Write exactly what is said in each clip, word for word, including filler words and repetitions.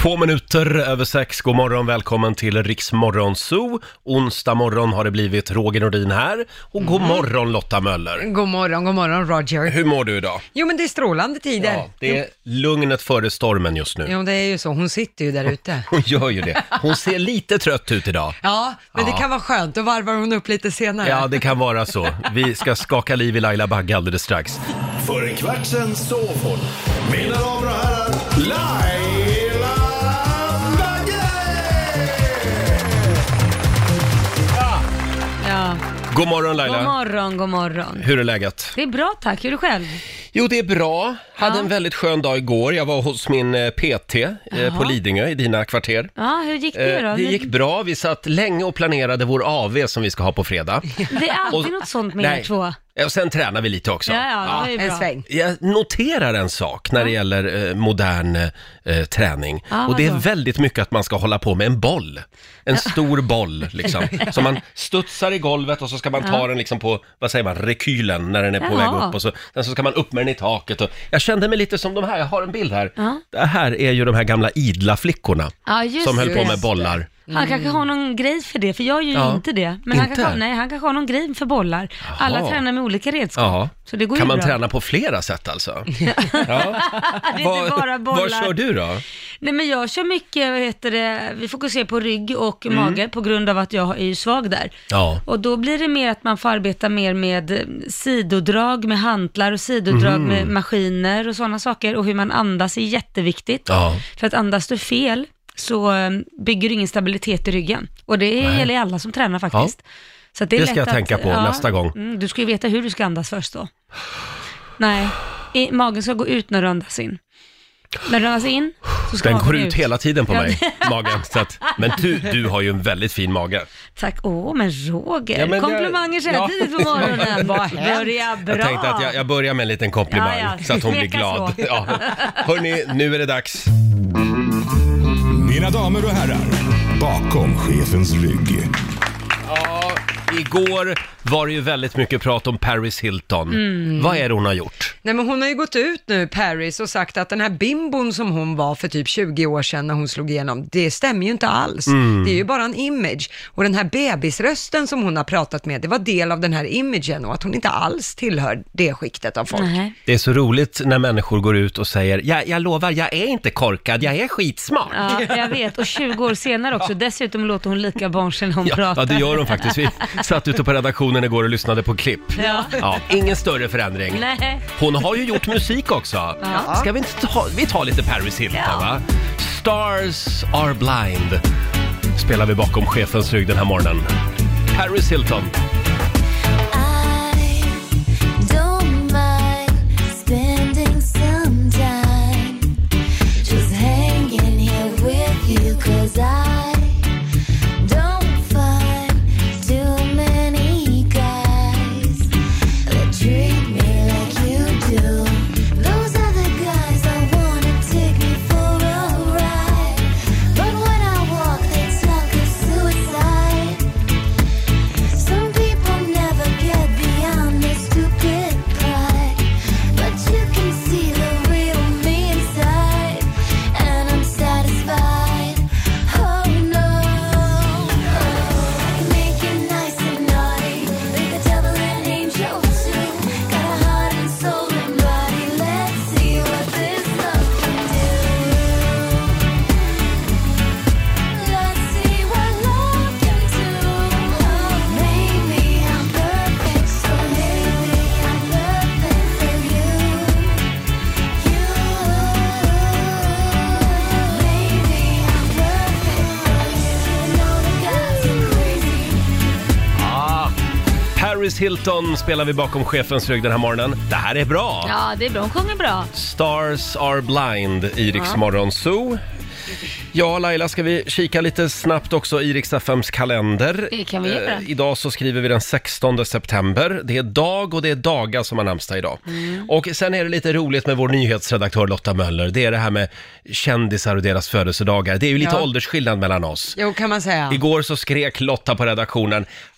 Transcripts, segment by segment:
Två minuter över sex, god morgon, välkommen till Riks Morgonzoo. Onsdag morgon har det blivit Roger Nordin här. Och god morgon Lotta Möller. God morgon, god morgon Roger. Hur mår du idag? Jo men det är strålande tider. Ja, det är lugnet före stormen just nu. Jo det är ju så, hon sitter ju där ute. Hon gör ju det. Hon ser lite trött ut idag. Ja, men Ja. det kan vara skönt, då varvar hon upp lite senare. Ja, det kan vara så. Vi ska skaka liv i Laila Bagge alldeles strax. För en kvart sen sov hon. Mina damer och herrar, Laila Bagge! Ja. God morgon Laila. God morgon, god morgon. Hur är läget? Det är bra tack, hur är du själv? Jo, det är bra. Hade Ja. en väldigt skön dag igår. Jag var hos min eh, P T eh, på Jaha. Lidingö i dina kvarter. Ja, hur gick det då? Eh, Det gick bra. Vi satt länge och planerade vår A V som vi ska ha på fredag. Det är alltid Och- något sånt med Nej. er två. Och sen tränar vi lite också. Ja, ja, det var ju En bra. sväng. Jag noterar en sak när det gäller eh, modern eh, träning. Ja, och det är vadå? väldigt mycket att man ska hålla på med en boll. En stor boll liksom. Så man studsar i golvet och så ska man ta Ja. den liksom på, vad säger man, rekylen när den är på Jaha. väg upp. Och så, sen så ska man upp med den i taket. Och jag kände mig lite som de här, jag har en bild här. Ja. Det här är ju de här gamla idla flickorna Ja, just som höll på det. med bollar. Han kanske har någon grej för det, för jag gör ju Ja. inte det. Men Han, Inte? kanske, nej, han kanske har någon grej för bollar. Alla Jaha. tränar med olika redskap. Ja. Så det går Kan ju man bra. träna på flera sätt alltså? Ja. Det är inte bara bollar. Vad kör du då? Nej men jag kör mycket, vad heter det, vi fokuserar på rygg och Mm. mage på grund av att jag är ju svag där. Ja. Och då blir det mer att man får arbeta mer med eh, sidodrag med hantlar och sidodrag Mm. med maskiner och sådana saker. Och hur man andas är jätteviktigt. Ja. För att andas du fel så eh, bygger du ingen stabilitet i ryggen. Och det Nej. gäller alla som tränar faktiskt. Så att det är Det ska lätt jag tänka att, på nästa gång. Mm, du ska ju veta hur du ska andas först då. Nej, i, magen ska gå ut när du andas in. När du andas in så ska Den går magen ut hela tiden på Ja. mig, magen. Så att, men du, du har ju en väldigt fin mage. Tack, åh men Roger, Ja, men jag- komplimanger så här ja. tidigt på morgonen. Börja bra. Jag tänkte att jag, jag börjar med en liten komplimang Ja, ja. så att hon blir Smeka glad. så. Ja. Hörrni, nu är det dags. Mina damer och herrar, bakom chefens rygg. Ja, igår var det ju väldigt mycket prat om Paris Hilton. Mm. Vad är det hon har gjort? Nej men hon har ju gått ut nu, Paris, och sagt att den här bimbon som hon var för typ tjugo år sedan när hon slog igenom, det stämmer ju inte alls. Mm. Det är ju bara en image. Och den här bebisrösten som hon har pratat med, det var del av den här imagen och att hon inte alls tillhör det skiktet av folk. Nej. Det är så roligt när människor går ut och säger jag, jag lovar, jag är inte korkad, jag är skitsmart. Ja, jag vet. Och tjugo år senare också. Dessutom låter hon lika barnslig när hon Ja, pratar. ja, det gör hon faktiskt. Vi satt ute på redaktionen igår och lyssnade på klipp. Ja. Ja, ingen större förändring. Nej. Hon har ju gjort musik också. Ja. Ska vi inte ta, vi tar lite Paris Hilton, Ja. va? Stars are blind spelar vi bakom chefens rygg den här morgonen. Paris Hilton. I don't mind spending some time just hanging here with you, 'cause I don't find too many guys that treat me like you do. Those other guys I wanna take me for a ride, but when I walk they talk of suicide. Some people never get beyond their stupid pride, but you can see the real me inside, and I'm satisfied. Oh no, I can make you nice and naughty, make the devil an angel too. Got a heart and soul and body, let's see what this love can do. Let's see what love can do. Oh, maybe I'm perfect, so maybe I'm perfect for you. You, maybe I'm perfect for you. Know the guys are crazy. Ah, Paris Hilton spelar vi bakom chefens rygg den här morgonen. Det här är bra. Ja, det är bra. Hon sjunger bra. Stars are blind i Riks Morgonzoo. Ja, Laila, ska vi kika lite snabbt också i Riks F M:s kalender. Det kan vi göra. Eh, idag så skriver vi den sextonde september. Det är dag och det är dagar som har namnsdag idag. Mm. Och sen är det lite roligt med vår nyhetsredaktör Lotta Möller. Det är det här med kändisar och deras födelsedagar. Det är ju lite Ja. åldersskillnad mellan oss. Jo, kan man säga. Igår så skrek Lotta på redaktionen: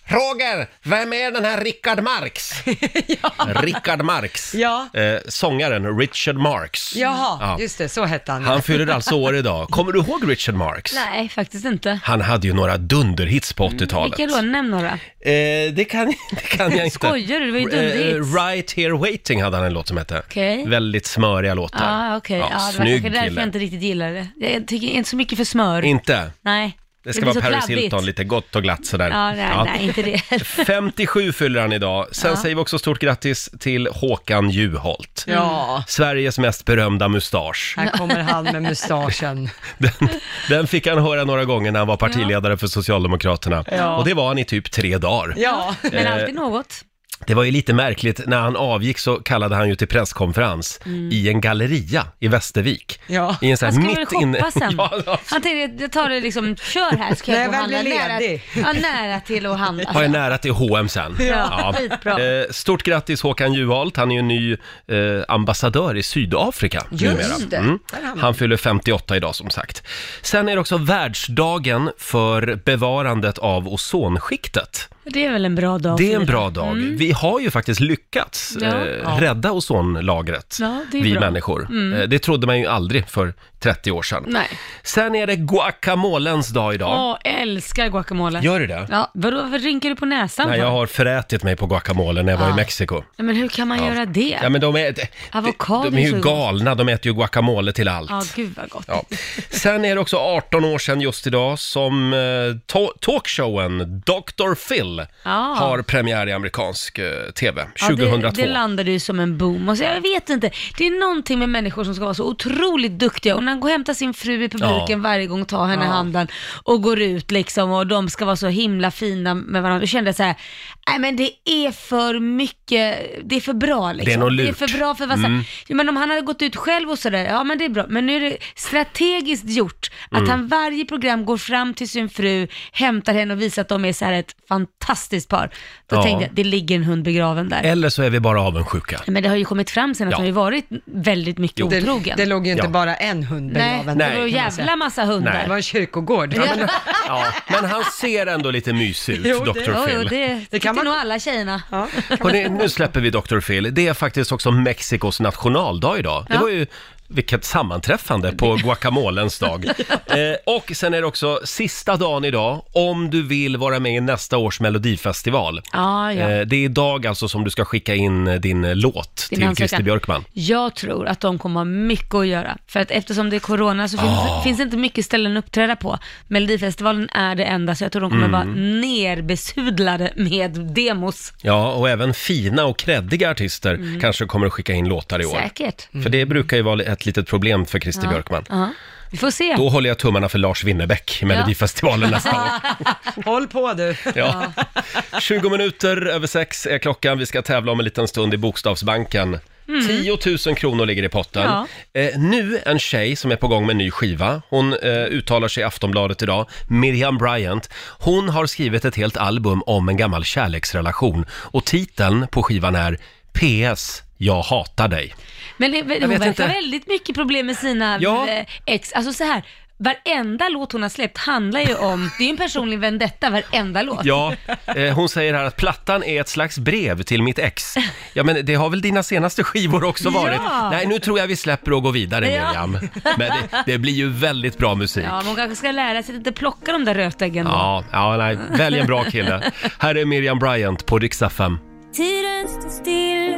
Roger, vem är den här Richard Marx? ja. Richard Marx. Ja. Eh, sångaren Richard Marx. Jaha, Ja. just det, så hette han. Han fyller alltså år idag. Kommer du ihåg Richard Marx? Nej, faktiskt inte. Han hade ju några dunderhits på åttiotalet. Vilka då? Nämn några. Eh, det, kan, det kan jag inte. Skojar du? Det var ju dunderhits. Eh, Right Here Waiting hade han en låt som hette. Okej. Väldigt smöriga låtar. Ah, okej. Ja, Ja, det var snygg kanske därför kille. jag inte riktigt gillar det. Jag tycker inte så mycket för smör. Inte? Nej. Det ska blir vara så Paris kladdigt. Hilton, lite gott och glatt sådär. Ja, nej, nej, inte det. femtiosju fyller han idag. Sen Ja. säger vi också stort grattis till Håkan Juholt. Ja, Sveriges mest berömda mustasch. här kommer han med mustaschen. Den, den fick han höra några gånger när han var partiledare för Socialdemokraterna. Ja. Och det var han i typ tre dagar. Ja, Men Eh, alltid något. Det var ju lite märkligt, när han avgick så kallade han ju till presskonferens i en galleria i Västervik. ja. I en sån här Han ska väl mitt inne... shoppa sen. Ja, ja. Han tänkte, jag tar det liksom, kör här ska När jag jag gå och väl handla. blir Nära, ledig. ja, nära till att handla. Har jag nära till H och M sen. Ja, skitbra. Eh, stort grattis Håkan Juholt, han är ju ny eh, ambassadör i Sydafrika Just numera. det. Mm. Där har man. Han fyller femtioåtta idag som sagt. Sen är det också världsdagen för bevarandet av ozonskiktet. Det är väl en bra dag. Det är för en bra dag. Vi har ju faktiskt lyckats Ja. eh, Ja. rädda ozonlagret, Ja, det är vi bra. människor. Eh, det trodde man ju aldrig för trettio år sedan. Nej. Sen är det guacamolens dag idag. Åh, älskar guacamole. Gör du det? Ja, vadå, vad rynkar du på näsan Nej, för? jag har förätit mig på guacamole när jag var i Ja. Mexiko. Nej, men hur kan man göra det? Ja, men de är, de, Avokado de är är så ju gott. galna, de äter ju guacamole till allt. Ja, gud vad gott. Ja. Sen är det också arton år sedan just idag som eh, to- talkshowen doktor Phil Ja. har premiär i amerikansk eh, tv Ja, tjugohundratvå. det, det landade ju som en boom. Och så, jag vet inte, det är någonting med människor som ska vara så otroligt duktiga. Och när han går och hämtar sin fru i publiken Ja. varje gång, tar henne i Ja. handen och går ut liksom och de ska vara så himla fina med varandra. Då kände jag så här, nej men det är för mycket, det är för bra liksom. Det är något Det är lurt. för bra för vad Mm. ja, men om han hade gått ut själv och sådär, ja men det är bra. Men nu är det strategiskt gjort att Mm. han varje program går fram till sin fru, hämtar henne och visar att de är så här ett fantastiskt par. Då Ja. tänkte jag, det ligger en hund begraven där. Eller så är vi bara avundsjuka. Men det har ju kommit fram sen att Ja. han har ju varit väldigt mycket Jo. Det, otrogen. det låg ju inte Ja. bara en hund Nej, begraven. det Nej. var ju kan man säga. jävla massa hundar. Nej. Det var en kyrkogård. Ja. Ja, men han ser ändå lite mysig ut, Jo, det- doktor Jo, Phil. jo, det, det kan kan man- nog alla tjejerna. Ja. Hörrni, nu släpper vi doktor Phil. Det är faktiskt också Mexikos nationaldag idag. Det Ja. var ju vilket sammanträffande på guacamolens dag. Eh, och sen är det också sista dagen idag om du vill vara med i nästa års melodifestival. Ja, ja. Eh, det är idag alltså som du ska skicka in din låt Din till ansökan. Christer Björkman. Jag tror att de kommer ha mycket att göra. För att eftersom det är corona så finns, Ah. finns det inte mycket ställen att uppträda på. Melodifestivalen är det enda, så jag tror de kommer Mm. vara nerbesudlade med demos. Ja, och även fina och kreddiga artister Mm. kanske kommer att skicka in låtar i år. Säkert. För det brukar ju vara ett litet problem för Christer Ja. Björkman. Ja. Vi får se. Då håller jag tummarna för Lars Winnerbäck i Melodifestivalen nästa år. Håll på du. Ja. tjugo minuter över sex är klockan. Vi ska tävla om en liten stund i Bokstavsbanken. tio tusen kronor ligger i potten. Ja. Eh, nu en tjej som är på gång med en ny skiva. Hon eh, uttalar sig i Aftonbladet idag. Miriam Bryant. Hon har skrivit ett helt album om en gammal kärleksrelation. Och titeln på skivan är P S. Jag hatar dig. Men det, hon vet verkar inte. väldigt mycket problem med sina Ja. eh, ex. Alltså så här, varenda låt hon har släppt handlar ju om, det är ju en personlig vendetta varenda låt. Ja, eh, hon säger här att plattan är ett slags brev till mitt ex. Ja, men det har väl dina senaste skivor också varit? Ja. Nej, nu tror jag vi släpper och går vidare, Ja. Miriam. Men det, det blir ju väldigt bra musik. Ja, men hon kanske ska lära sig att inte plocka de där rötäggen då. Ja, ja, nej, välj en bra kille. Här är Miriam Bryant på Rix F M. Tiden står still.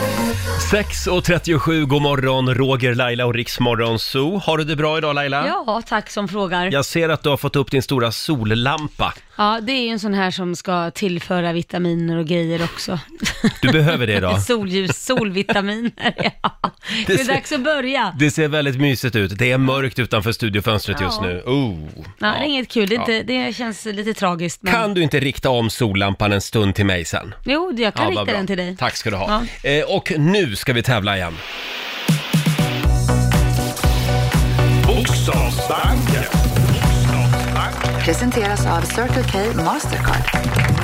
sex och trettiosju, god morgon, Roger, Laila och Rix Morgon Zoo. Har du det bra idag, Laila? Ja, tack som frågar. Ja. Jag ser att du har fått upp din stora sollampa. det är ju en sån här som ska tillföra vitaminer och grejer också. Du behöver det idag. Solljus, solvitaminer, ja. Det är ser- dags att börja. Det ser väldigt mysigt ut. Det är mörkt utanför studiofönstret just Ja. nu. Oh. Ja, det är inget kul, det, är inte, det känns lite tragiskt. Men... Kan du inte rikta om sollampan en stund till mig sen? Jo, jag kan vad rikta bra. den till dig. Tack ska du ha. Eh, och nu ska vi tävla igen. Bokstavsbanken. Presenteras av Circle K Mastercard.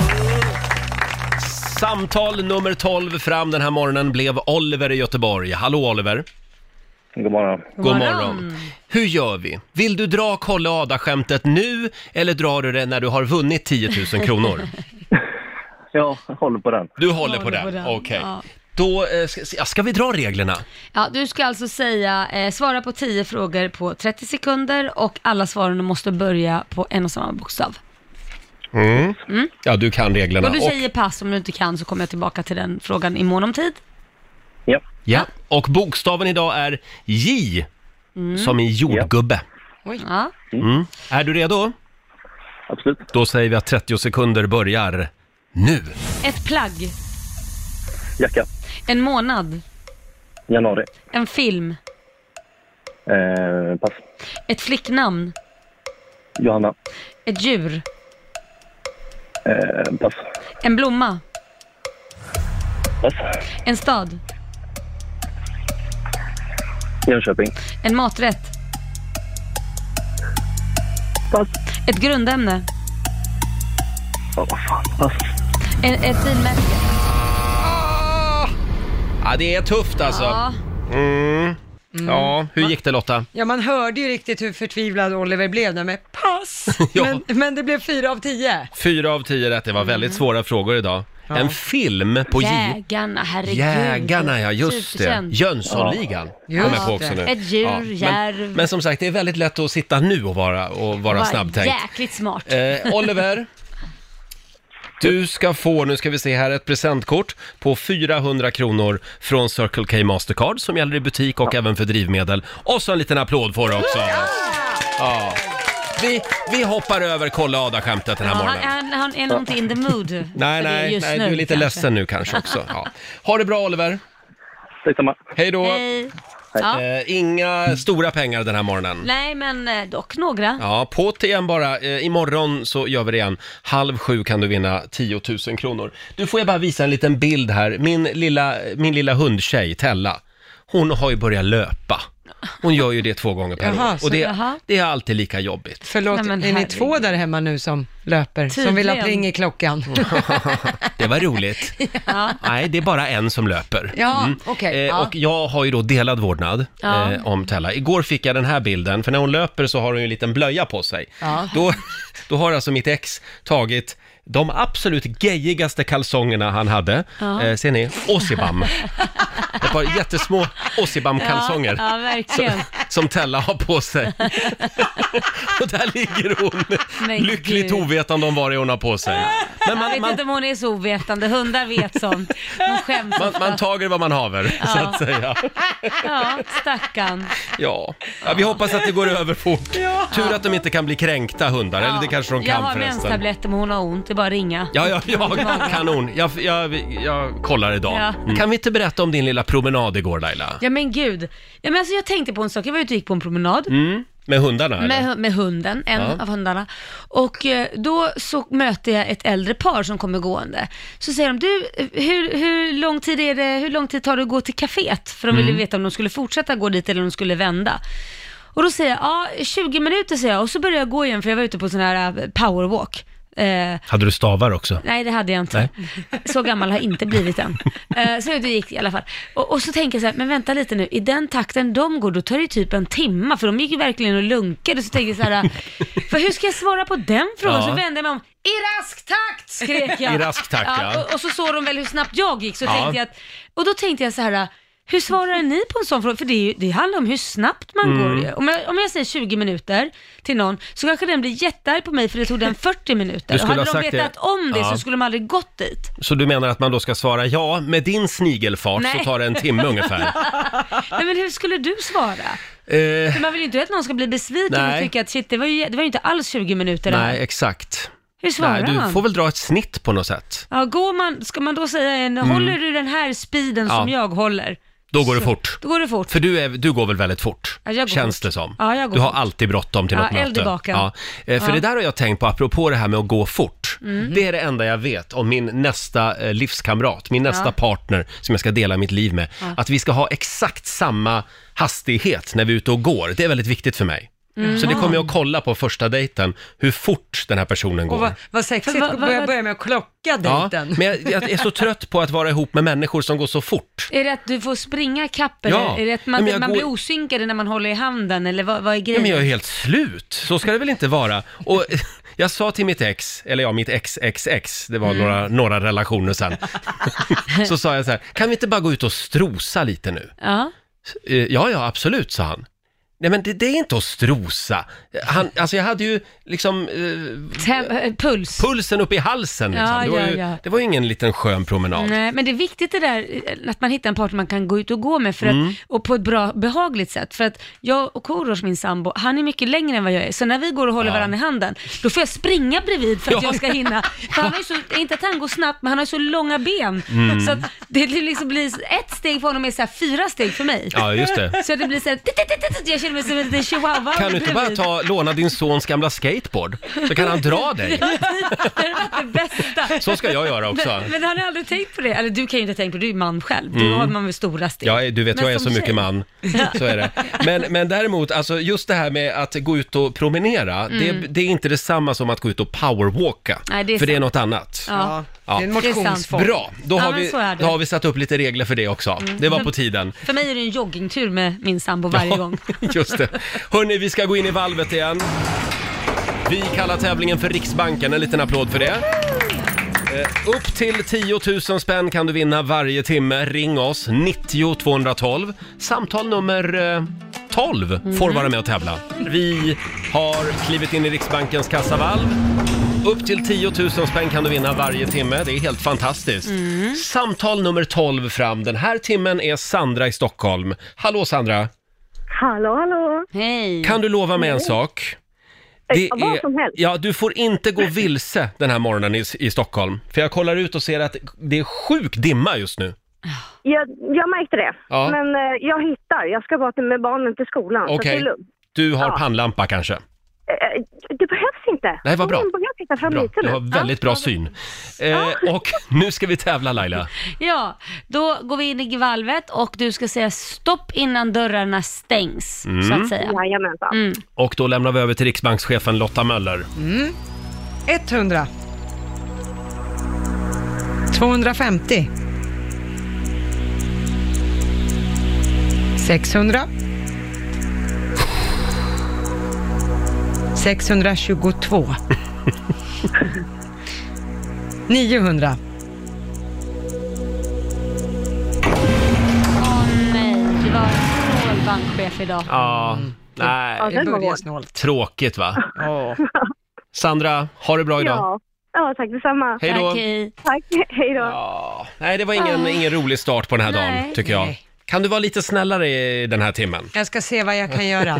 Samtal nummer tolv fram den här morgonen blev Oliver i Göteborg. Hallå Oliver. God morgon. God morgon. Hur gör vi? Vill du dra Kolle Ada-skämtet nu eller drar du det när du har vunnit tio tusen kronor? Jag håller på den. Du håller på Håller den, på den, okej. ja. Då eh, ska, ska vi dra reglerna? Ja, du ska alltså säga, eh, svara på tio frågor på trettio sekunder och alla svaren måste börja på en och samma bokstav. Mm. Mm. Ja, du kan reglerna. Och du säger pass om du inte kan, så kommer jag tillbaka till den frågan i mån om tid. Ja. Ja, och bokstaven idag är J, som i jordgubbe. Ja. Mm. Är du redo? Absolut. Då säger vi att trettio sekunder börjar nu. Ett plagg, Jacka. en månad, Januari. en film, Eh, pass. ett flicknamn, Johanna. ett djur, Eh, pass. en blomma, Pass. en stad, Jönköping. en maträtt, Pass. ett grundämne, Ja, vad fan. Pass. en, ett bilmärke. Ja, det är tufft alltså. Ja. Mm. Ja, hur gick det Lotta? Ja, man hörde ju riktigt hur förtvivlad Oliver blev där med pass. Ja. Men, men det blev fyra av tio. Fyra av tio rätt, det var väldigt svåra frågor idag. En film på J. Jägarna, herregud. Jägarna, ja just det. Superkänd. Jönssonligan Ja, kom jag på just också det. nu. Ett djur, men, järv. men som sagt, det är väldigt lätt att sitta nu och vara, och vara Var snabbtänkt. jäkligt smart. Eh, Oliver, du ska få, nu ska vi se här, ett presentkort på fyrahundra kronor från Circle K Mastercard som gäller i butik och även för drivmedel. Och så en liten applåd får du också. Ja. Vi, vi hoppar över Kolla-Ada-skämtet den här Ja, morgonen. han, han, han är nog inte in the mood. Nej, för det nej, just nej nu, du är lite kanske. ledsen nu kanske också. Ja. Ha det bra Oliver. Detsamma. Hej då. Hej. Ja. Eh, inga stora pengar den här morgonen. Nej, men eh, dock några. Ja, på till igen bara. Eh, imorgon så gör vi det igen. Halv sju kan du vinna tio tusen kronor. Du får jag bara visa en liten bild här. Min lilla, min lilla hundtjej, Tella, hon har ju börjat löpa. Hon gör ju det två gånger per Jaha, år. så- Och det, jaha. det är alltid lika jobbigt. Förlåt, Nej, men är ni herregud. två där hemma nu som löper? Som vill ha Tydligen. pling i klockan? Det var roligt. Ja. Nej, det är bara en som löper. Ja, okej. Eh, ja. Och jag har ju då delad vårdnad Ja. eh, om Tella. Igår fick jag den här bilden, för när hon löper så har hon ju en liten blöja på sig. Ja. Då, då har alltså mitt ex tagit de absolut gejigaste kalsongerna han hade. Ja. Eh, ser ni? Ossibam. Ett par jättesmå Ossibam-kalsonger. Ja, ja, verkligen. Som Tella har på sig. Och där ligger hon, Men lyckligt gud. ovetande om vad det är hon har på sig. Men Jag man, vet man, inte om hon är så ovetande. Hundar vet sånt. De skäms man, ofta. man tager vad man haver, så att säga. Ja, stackarn. Ja. Ja, vi hoppas att det går över fort. Tur att de inte kan bli kränkta hundar, eller det kanske de Jag kan har förresten. menstabletter men hon har ont, det är bara att ringa. Ja, ja, ja, kanon. Jag, jag, jag kollar idag. Ja. Mm. Kan vi inte berätta om din lilla promenad igår, Laila? Ja men gud. Ja, men alltså, jag tänkte på en sak, jag var ute och gick på en promenad. Mm. Med hundarna, eller? Med, hu- med hunden, en Ja. av hundarna. Och eh, då så möter jag ett äldre par som kommer gående. Så säger de, du, hur, hur lång tid är det, hur lång tid tar det att gå till kaféet? För de ville Mm. veta om de skulle fortsätta gå dit eller om de skulle vända. Och då säger jag, ja tjugo minuter säger jag. Och så började jag gå igen för jag var ute på sån här eh, powerwalk. Eh, Hade du stavar också? Nej, det hade jag inte. Så gammal har jag inte blivit än. Uh, så det gick i alla fall. Och, och så tänker jag så här, men vänta lite nu, i den takten de går, då tar det typ en timma, för de gick ju verkligen och lunkade. Så tänkte jag så här, för hur ska jag svara på den frågan? Ja. Så vände jag mig om, i rask takt, skrek jag. I rask takt, ja. och, och så såg de väl hur snabbt jag gick, så Ja. tänkte jag att, och då tänkte jag så här, hur svarar ni på en sån fråga? För det, är ju, det handlar om hur snabbt man Mm. går ju. Om jag, om jag säger tjugo minuter till någon, så kanske den blir jättearg på mig för det tog den fyrtio minuter. Du Och skulle hade ha de sagt vetat det. om det Ja. så skulle de aldrig gått dit. Så du menar att man då ska svara ja, med din snigelfart Nej. så tar det en timme ungefär? Nej men hur skulle du svara? Eh, För man vill ju inte att någon ska bli besviken Nej. och tycka att shit, det var ju, det var ju inte alls tjugo minuter det här. nej, exakt. Hur svarar Nej, du man? får väl dra ett snitt på något sätt. Ja, går man, ska man då säga en, håller du den här speeden som Mm. Ja. jag håller? Då går det Så- fort. Då går det fort. För du, är, du går väl väldigt fort, Ja, jag går känns fort. det som. Ja, jag går du har fort. alltid bråttom till Ja, något möte. eld i baken. Ja. Eh, För Ja. det där har jag tänkt på, apropå det här med att gå fort. Mm. Det är det enda jag vet om min nästa eh, livskamrat, min nästa Ja. partner som jag ska dela mitt liv med. Ja. Att vi ska ha exakt samma hastighet när vi är ute och går. Det är väldigt viktigt för mig. Mm. Så det kommer jag att kolla på första dejten, hur fort den här personen går. Och vad, vad sexigt, För vad- vad- börja, vad- börja med att klocka Ja, dejten. men jag, jag är så trött på att vara ihop med människor som går så fort. Är det att du får springa kapp eller Ja. är det att Nej, man, men jag man går- blir osynkade när man håller i handen eller vad, vad är Ja, grejen? men jag är helt slut. Så ska det väl inte vara. Och jag sa till mitt ex, eller ja, mitt ex ex ex, det var mm. några, några relationer sen. Så sa jag så här, kan vi inte bara gå ut och strosa lite nu? Ja. Ja, ja, absolut, sa han. Nej, men det, det är inte att strosa. Han, alltså jag hade ju liksom... Eh, Tem- puls. Pulsen upp i halsen liksom. Ja, det, var ju, ja, ja. det var ju ingen liten skön promenad. Nej, men det är viktigt det där att man hittar en partner man kan gå ut och gå med för att, Mm. och på ett bra, behagligt sätt. För att jag och Korosh, min sambo, han är mycket längre än vad jag är. Så när vi går och håller Ja. varandra i handen, då får jag springa bredvid för att Ja. jag ska hinna. För han har ju så, inte att han går snabbt, men han har ju så långa ben. Mm. Så att det liksom blir ett steg för honom är så här fyra steg för mig. Ja, just det. Så det blir så här, jag känner mig som en liten chihuahua. Kan du inte bara ta, låna din sons gamla skateboard? Så kan han dra dig. Det är det bästa. Så ska jag göra också. Men, men har ni aldrig tänkt på det? Eller du kan ju inte tänka på det, du är man själv. Du Mm. har man väl stora steg. Ja, du vet, Men jag är som så mycket tjej- man. Så är det. Men, men däremot, alltså just det här med att gå ut och promenera, Mm. det, det är inte detsamma som att gå ut och powerwalka. Nej, det är för det är sant. något annat. Ja. Ja. Det är en Det är sant. motionsform. Bra, då Ja, har, men vi, så är det. då har vi satt upp lite regler för det också. Det var på tiden. För mig är det en joggingtur med min sambo varje gång. Just det. Hörrni, vi ska gå in i valvet igen. Vi kallar tävlingen för Riksbanken. En liten applåd för det. Eh, upp till tio tusen spänn kan du vinna varje timme. Ring oss, nittio tvåhundratolv. Samtal nummer eh, tolv får vara med och tävla. Vi har klivit in i Riksbankens kassavalv. Upp till tio tusen spänn kan du vinna varje timme. Det är helt fantastiskt. Samtal nummer tolv fram. Den här timmen är Sandra i Stockholm. Hallå Sandra. Hallå, hallå. Hej. Kan du lova mig en sak? Det vad som helst. Ja, du får inte gå vilse den här morgonen i, i Stockholm. För jag kollar ut och ser att det är sjuk dimma just nu. Jag, jag märkte det. Ja. Men eh, jag hittar. Jag ska bara till- med barnen till skolan. Så Okej. det är lugnt. Du har Ja. pannlampa kanske? Eh, det behövs inte. Nej, vad bra. Jag börjar titta fram Bra. lite Du nu. har väldigt bra syn. Eh, och nu ska vi tävla, Laila. Ja, då går vi in i valvet och du ska säga stopp innan dörrarna stängs, så att säga. Jajamensan. Mm. Och då lämnar vi över till Riksbankschefen Lotta Möller. hundra. tvåhundrafemtio. sexhundra. sexhundratjugotvå. niohundra. Åh nej, det var en snål bankchef idag. Ja, nej. Ja, Det den var börjar hård. snålt. Tråkigt va? Åh. Sandra, ha det bra idag. Ja. ja, tack detsamma. Hej då. Tack, hej. Tack, hej då. Ja, nej, det var ingen, ingen rolig start på den här dagen, Nej. tycker jag. Nej. Kan du vara lite snällare i den här timmen? Jag ska se vad jag kan göra.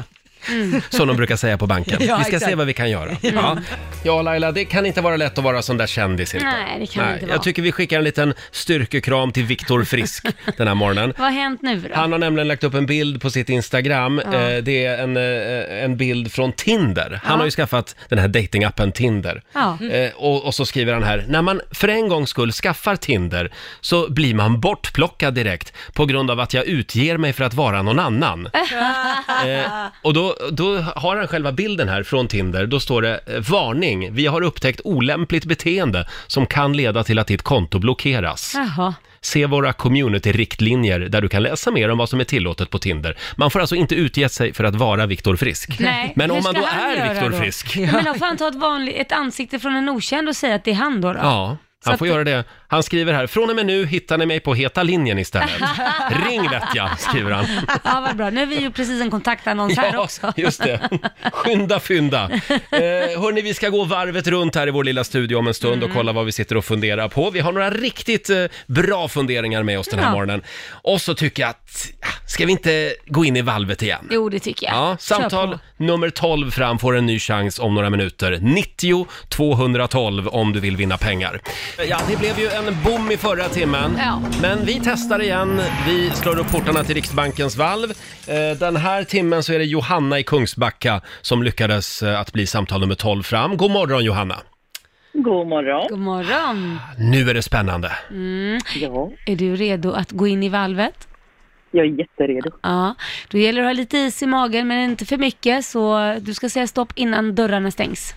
Som de brukar säga på banken. Ja, vi ska exakt. se vad vi kan göra. Ja. ja, Laila, det kan inte vara lätt att vara sån där kändis inte. Nej, det kan det inte vara. Jag tycker vi skickar en liten styrkekram till Viktor Frisk den här morgonen. Vad har hänt nu då? Han har nämligen lagt upp en bild på sitt Instagram. Ja. Eh, Det är en, eh, en bild från Tinder. Han Ja. har ju skaffat den här datingappen Tinder. Ja. Eh, och, och så skriver han här: när man för en gångs skull skaffar Tinder så blir man bortplockad direkt på grund av att jag utger mig för att vara någon annan. eh, och då, då har han själva bilden här från Tinder. Då står det: eh, varning, vi har upptäckt olämpligt beteende som kan leda till att ditt konto blockeras. Jaha. Se våra community-riktlinjer där du kan läsa mer om vad som är tillåtet på Tinder. Man får alltså inte utge sig för att vara Viktor Frisk. Nej, Men hur om man ska då han är göra Viktor då? Frisk, Men då får han ta ett, vanligt, ett ansikte från en okänd och säga att det är han då. då? ja, Så han att får det- göra det. Han skriver här: från och med nu hittar ni mig på Heta linjen istället. Ring vet jag, skriver han. Ja, vad bra. Nu är vi ju precis en kontaktannons här också. just det. Skynda, fynda. Eh, hörni, vi ska gå varvet runt här i vår lilla studio om en stund Mm. och kolla vad vi sitter och funderar på. Vi har några riktigt eh, bra funderingar med oss den här Ja. morgonen. Och så tycker jag att, ja, ska vi inte gå in i valvet igen? Jo, det tycker jag. Ja, Kör samtal på. nummer tolv fram får en ny chans om några minuter. nittio tvåhundratolv om du vill vinna pengar. Ja, det blev ju en bom i förra timmen. Ja. Men vi testar igen. Vi slår upp portarna till Riksbankens valv. Eh, Den här timmen så är det Johanna i Kungsbacka som lyckades eh, att bli samtal nummer tolv fram. God morgon Johanna. God morgon. God morgon. Nu är det spännande. Ja, Är du redo att gå in i valvet? jag är jätteredo. Ja, då gäller det att ha lite is i magen men inte för mycket, så du ska säga stopp innan dörrarna stängs.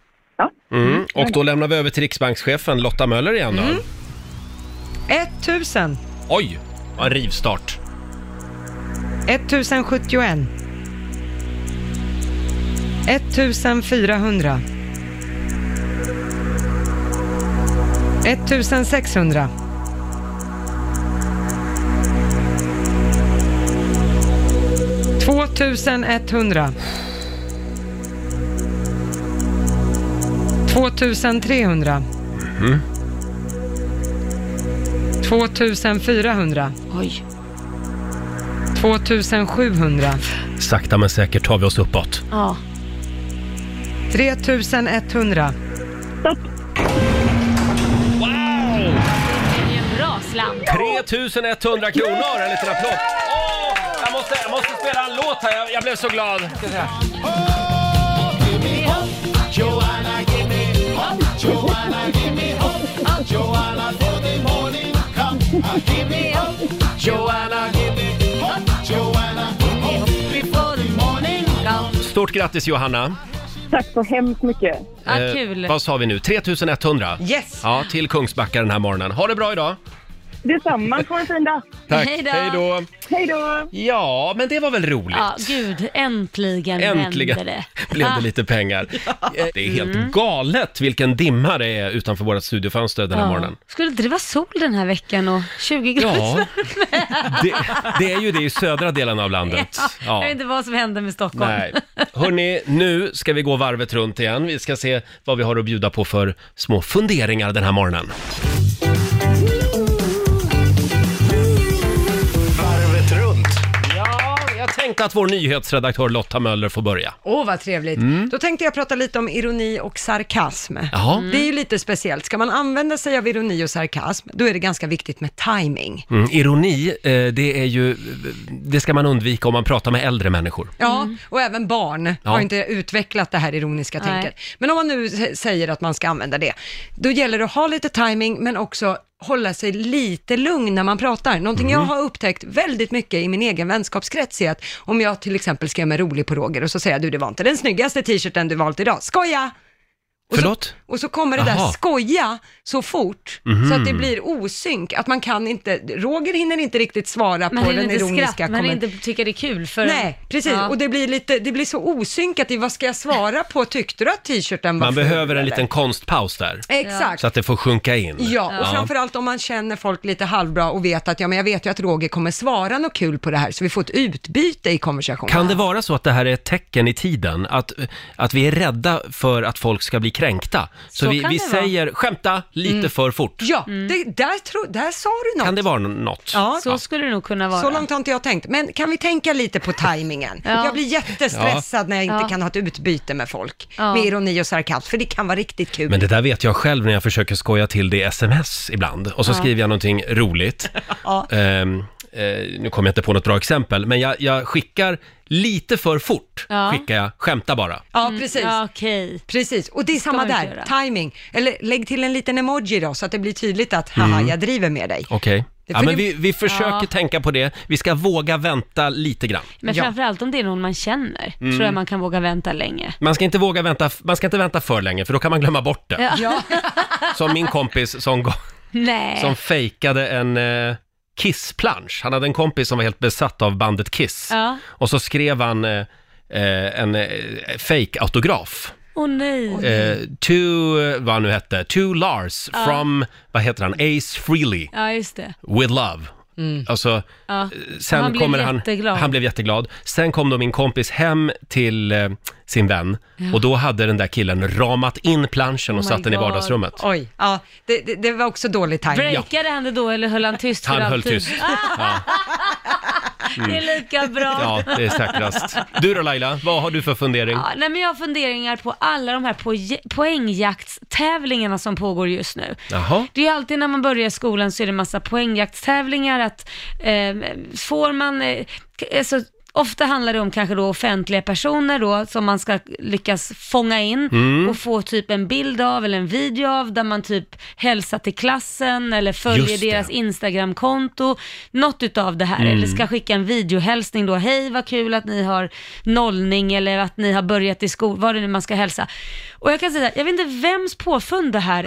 Mm. Och då lämnar vi över till Riksbankschefen Lotta Möller igen då. tusen. Oj, en rivstart. tusen sjuttioett. tusen fyrahundra. ettusensexhundra. tvåtusenetthundra. tvåtusentrehundra. Mm. tvåtusenfyrahundra. Oj. tvåtusensjuhundra. Sakta men säkert tar vi oss uppåt. Ja. tretusenetthundra. Stopp. Wow! Det är en bra slant. tretusenetthundra kronor, en liten applåd. Åh, jag, måste, jag måste spela en låt här, jag, jag blev så glad. Ska jag säga. Joanna, give me hope. Joanna, give me hope. Joanna, for the morning come. Give me hope. Joanna, give me hope. Joanna, hope before the morning comes. Stort grattis Johanna. Tack så hemskt mycket. Ja, Eh, kul. vad sa vi nu? tretusenetthundra? Yes. Ja, till Kungsbacka den här morgonen. Ha det bra idag. Detsamma, ha en fin dag. Tack. Hej då. Hej då. Hej då. Ja, men det var väl roligt. Ja, gud, äntligen, Äntligen hände det. blev det Ah. lite pengar. Eh, Det är helt galet vilken dimma det är utanför vårt studiofönster den här morgonen. Skulle inte det vara sol den här veckan och tjugo grader? Ja, det, det är ju det i södra delen av landet. Jag vet inte vad som hände med Stockholm. Nej. Hörrni, nu ska vi gå varvet runt igen. Vi ska se vad vi har att bjuda på för små funderingar den här morgonen. Varvet runt. Ja, jag tänkte att vår nyhetsredaktör Lotta Möller får börja. Åh, vad trevligt. Mm. Då tänkte jag prata lite om ironi och sarkasm. Jaha. Det är ju lite speciellt. Ska man använda sig av ironi och sarkasm, då är det ganska viktigt med timing. Mm, ironi, eh, det är ju, det ska man undvika om man pratar med äldre människor. Ja, och även barn Ja. har inte utvecklat det här ironiska Nej. tänket. Men om man nu s- säger att man ska använda det, då gäller det att ha lite timing, men också hålla sig lite lugn när man pratar. Någonting jag har upptäckt väldigt mycket i min egen vänskapskrets är att om jag till exempel ska göra mig rolig på Roger och så säger jag, du, det var inte den snyggaste t-shirten du valt idag, skoja! Och Förlåt? Så, och så kommer det där Aha. skoja så fort, så att det blir osynk, att man kan inte, Roger hinner inte riktigt svara Man på hinner den inte ironiska skratta, man kommentaren. hinner inte tycka det är kul för... Nej, precis. Ja. Och det blir lite, det blir så osynkat i vad ska jag svara på? Tyckte du att t-shirten var Man ful, behöver en eller? liten konstpaus där, Exakt. så att det får sjunka in. Ja, och framförallt om man känner folk lite halvbra och vet att, ja men jag vet ju att Roger kommer svara något kul på det här, så vi får ett utbyte i konversationen. Kan det vara så att det här är ett tecken i tiden? Att, att vi är rädda för att folk ska bli kränkta? Så, Så vi, kan vi det vara. säger, skämta lite för fort. Ja, det, där, tro, där sa du något. Kan det vara något? Ja, Så skulle det nog kunna vara. så långt har inte jag tänkt. Men kan vi tänka lite på tajmingen? Ja. Jag blir jättestressad när jag inte Ja. kan ha ett utbyte med folk. Ja. Med ironi och sarkasm, för det kan vara riktigt kul. Men det där vet jag själv när jag försöker skoja till det i sms ibland. Och så skriver jag någonting roligt. Ja. Ehm, eh, nu kommer jag inte på något bra exempel, men jag, jag skickar lite för fort. Ja. Skickar jag, skämta bara. Ja, precis. Ja, okej. Precis, och det är samma man inte där, göra. timing. Eller lägg till en liten emoji då, så att det blir tydligt att, haha, jag driver med dig. Okej. Det Ja, får men ni- vi, vi försöker Ja. tänka på det. Vi ska våga vänta lite grann. Men Ja. framförallt om det är någon man känner, Mm. tror jag man kan våga vänta länge. Man ska inte våga vänta, man ska inte vänta för länge, för då kan man glömma bort det. Ja. Som min kompis som, go- Nej. som fejkade en eh, Kiss-plansch. Han hade en kompis som var helt besatt av bandet Kiss. Ja. Och så skrev han eh, eh, en eh, fake-autograf. Åh nej. Eh, to, eh, vad han nu hette, to Lars from, vad heter han, Ace Frehley, Ja, just det. with love. Alltså, Ja. eh, sen Han blev kommer han, jätteglad. han blev jätteglad. Sen kom då min kompis hem till eh, sin vän och då hade den där killen ramat in planschen och Oh my satt den i God. vardagsrummet. Oj, ja, det, det, det var också dålig timing. Breakade han det då eller höll han tyst för Han höll alltid? tyst. Ja. Det är lika bra. Ja, det är säkrast. Du då Laila, vad har du för fundering? Ja, nej, men jag har funderingar på alla de här po- poängjaktstävlingarna som pågår just nu. Jaha. Det är ju alltid när man börjar skolan så är det massa poängjaktstävlingar att eh, får man, eh, alltså, ofta handlar det om kanske då offentliga personer då som man ska lyckas fånga in Mm. och få typ en bild av eller en video av där man typ hälsar till klassen eller följer Just det. deras Instagramkonto, något utav det här, Mm. eller ska skicka en videohälsning då, hej vad kul att ni har nollning eller att ni har börjat i skolan, vad det nu man ska hälsa. Och jag kan säga, jag vet inte vems påfund det här är,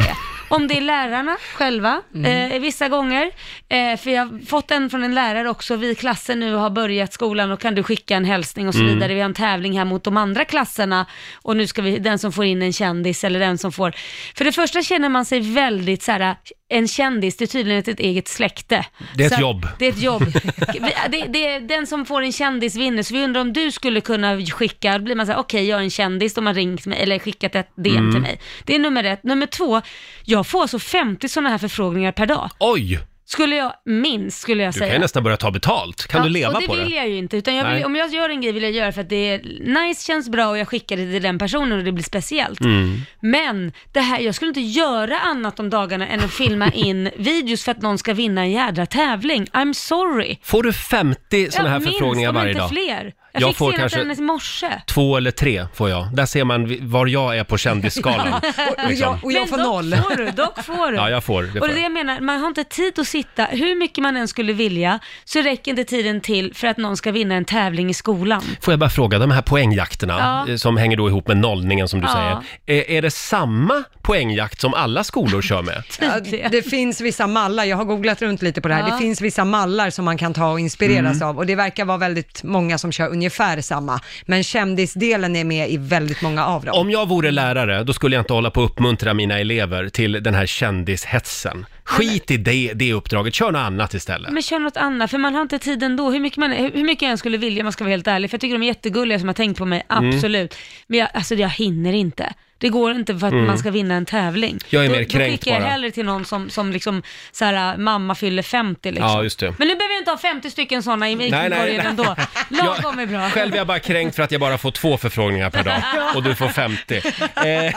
Om det är lärarna själva, Mm. eh, vissa gånger. Eh, för jag har fått en från en lärare också, vi i klassen nu har börjat skolan och kan du skicka en hälsning och så Mm. vidare. Vi har en tävling här mot de andra klasserna och nu ska vi, den som får in en kändis eller den som får... För det första känner man sig väldigt så här, en kändis, det är tydligen ett, ett eget släkte. Det är ett Så att- jobb. Det är ett jobb. Vi- det, det är den som får en kändis vinner, så vi undrar om du skulle kunna skicka, då blir man så här, okej okay, jag är en kändis, de har ringt mig eller skickat ett D M Mm. till mig. Det är nummer ett. Nummer två, jag får alltså femtio sådana här förfrågningar per dag. Oj! Skulle jag, minst skulle jag Du säga. kan ju nästan börja ta betalt. Kan Ja, du leva och det på vill det? jag ju inte, utan jag Nej. vill, om jag gör en grej vill jag göra för att det är nice, känns bra och jag skickar det till den personen och det blir speciellt. Mm. Men det här, jag skulle inte göra annat om dagarna än att filma in videos för att någon ska vinna en jädra tävling. I'm sorry. Får du femtio sådana här minst, förfrågningar om varje inte dag? fler. Jag, Jag fick får senast kanske- en i morse. Två eller tre får jag. Där ser man vi- var jag är på kändisskalan. Och liksom. jag, och jag Men får dock noll. får du, dock får du. Ja, jag får. Det får Och det är det jag. jag menar, man har inte tid att sitta, hur mycket man än skulle vilja, så räcker inte tiden till för att någon ska vinna en tävling i skolan. Får jag bara fråga, de här poängjakterna Ja. eh, som hänger då ihop med nollningen som du Ja. säger. Är, är det samma poängjakt som alla skolor kör med? Ja, det finns vissa mallar, jag har googlat runt lite på det här, Ja. det finns vissa mallar som man kan ta och inspireras Mm. av och det verkar vara väldigt många som kör ungefär samma, men kändisdelen är med i väldigt många av dem. Om jag vore lärare, då skulle jag inte hålla på att uppmuntra mina elever till den här kändishetsen. Skit i det, det uppdraget, kör något annat istället. Men kör något annat, för man har inte tiden då. Hur mycket, man, hur hur mycket jag än skulle vilja, man ska vara helt ärlig, för jag tycker de är jättegulliga som har tänkt på mig, Mm. absolut. Men jag, alltså, jag hinner inte. Det går inte för att man ska vinna en tävling. Jag är då, mer Då kränkt skickar jag bara. hellre till någon som, som liksom, så här, mamma fyller femtio liksom. Ja, just det. Men nu behöver jag inte ha femtio stycken sådana i Nej, nej, korgen nej. ändå. Lagom är bra. Själv är jag bara kränkt för att jag bara får två förfrågningar per dag och du får femtio. Eh,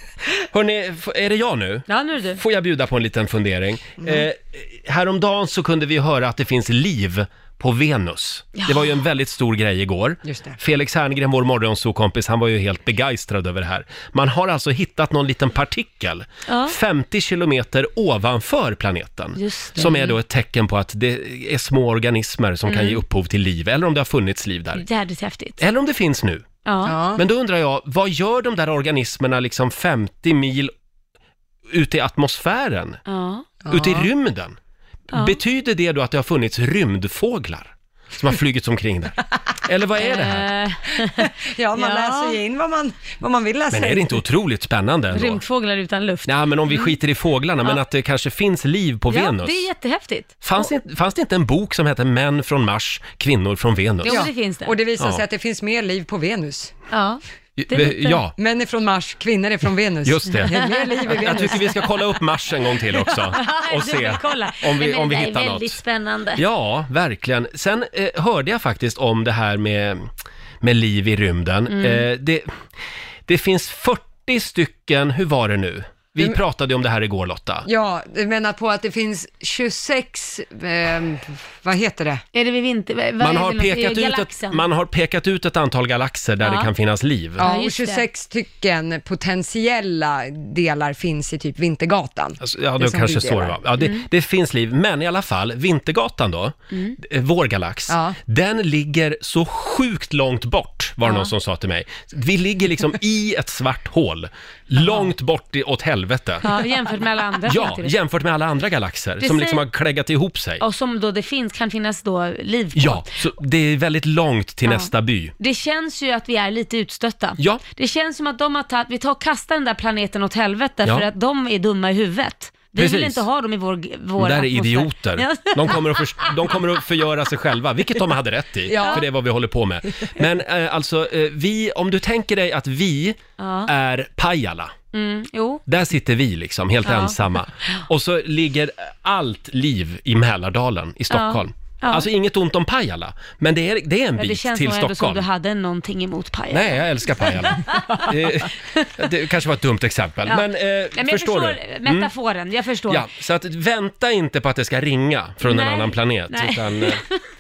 hörni, f- är det jag nu? Ja, nu är det du. Får jag bjuda på en liten fundering? Eh, häromdagen så kunde vi höra att det finns liv på Venus. Det var ju en väldigt stor grej igår. Just det. Felix Herngren, vår morgonsokompis, han var ju helt begeistrad över det här. Man har alltså hittat någon liten partikel Ja. femtio kilometer ovanför planeten. Just det. Som är då ett tecken på att det är små organismer som Mm. kan ge upphov till liv. Eller om det har funnits liv där. Jävligt häftigt. Eller om det finns nu. Ja. Ja. Men då undrar jag, vad gör de där organismerna liksom femtio mil ute i atmosfären? Ja. Ute i rymden? Ja. Betyder det då att det har funnits rymdfåglar som har flugit omkring där? Eller vad är det här? Eh, Ja, man Ja. läser ju in vad man, vad man vill läsa Men är in. det inte otroligt spännande ändå? Rymdfåglar utan luft. Nej, men om vi skiter i fåglarna, men Ja. att det kanske finns liv på Ja, Venus. det är jättehäftigt. Fanns, det, fanns det inte en bok som heter Män från Mars, kvinnor från Venus? Jo, det finns det. Och det visar Ja. sig att det finns mer liv på Venus. Ja. det är lite- Ja, Män är från Mars, kvinnor är från Venus. just det. Det är mer liv i Jag Venus. tycker vi ska kolla upp Mars en gång till också och Du se vill kolla. om vi, Nej, men om vi det är hittar väldigt något. spännande. Ja, verkligen. Sen eh, hörde jag faktiskt om det här med, med liv i rymden. Mm. Eh, det, det finns fyrtio stycken, hur var det nu? Vi Mm. pratade om det här igår, Lotta. Ja, du menar på att det finns tjugosex, eh, vad heter det? Är det vid vinter? Vad Man är har, det något- pekat i ut ett, galaxen? man har pekat ut ett antal galaxer där Ja. det kan finnas liv. Ja, Ja, och just det. tjugosex stycken potentiella delar finns i typ Vintergatan. Alltså, ja, Det det som kanske vi står det, delar. va? Ja, det, det finns liv, men i alla fall, Vintergatan då, eh, vår galax, Ja. den ligger så sjukt långt bort, var det Ja. någon som sa till mig. Vi ligger liksom i ett svart hål, långt bort i, åt helvete. Ja, jämfört med alla andra. Ja, tänkte du? jämfört med alla andra galaxer Det som liksom säger- har kläggat ihop sig. Och som då det finns, kan finnas då liv på. Ja, så det är väldigt långt till Ja. nästa by. Det känns ju att vi är lite utstötta. Ja. Det känns som att de har tagit, vi tar och kastar den där planeten åt helvete Ja. för att de är dumma i huvudet. Vi vill Precis. inte ha dem i vår, vår De där är atmosfär. idioter. Ja. De kommer, att för, de kommer att förgöra sig själva, vilket de hade rätt i, Ja. för det är vad vi håller på med. Men eh, alltså, eh, vi, om du tänker dig att vi Ja. är Pajala, Mm, jo. där sitter vi liksom helt Ja. ensamma. Och så ligger allt liv i Mälardalen i Stockholm. Ja. Alltså inget ont om Pajala, men det är, det är en Ja, det bit känns till nog ändå som Stockholm. du hade någonting emot Pajala. Nej, jag älskar Pajala. det, det kanske var ett dumt exempel, Ja. men, eh, Nej, men jag förstår förstår du? Mm. metaforen, jag förstår. Ja, så att vänta inte på att det ska ringa från Nej. en annan planet, Nej. utan... Eh,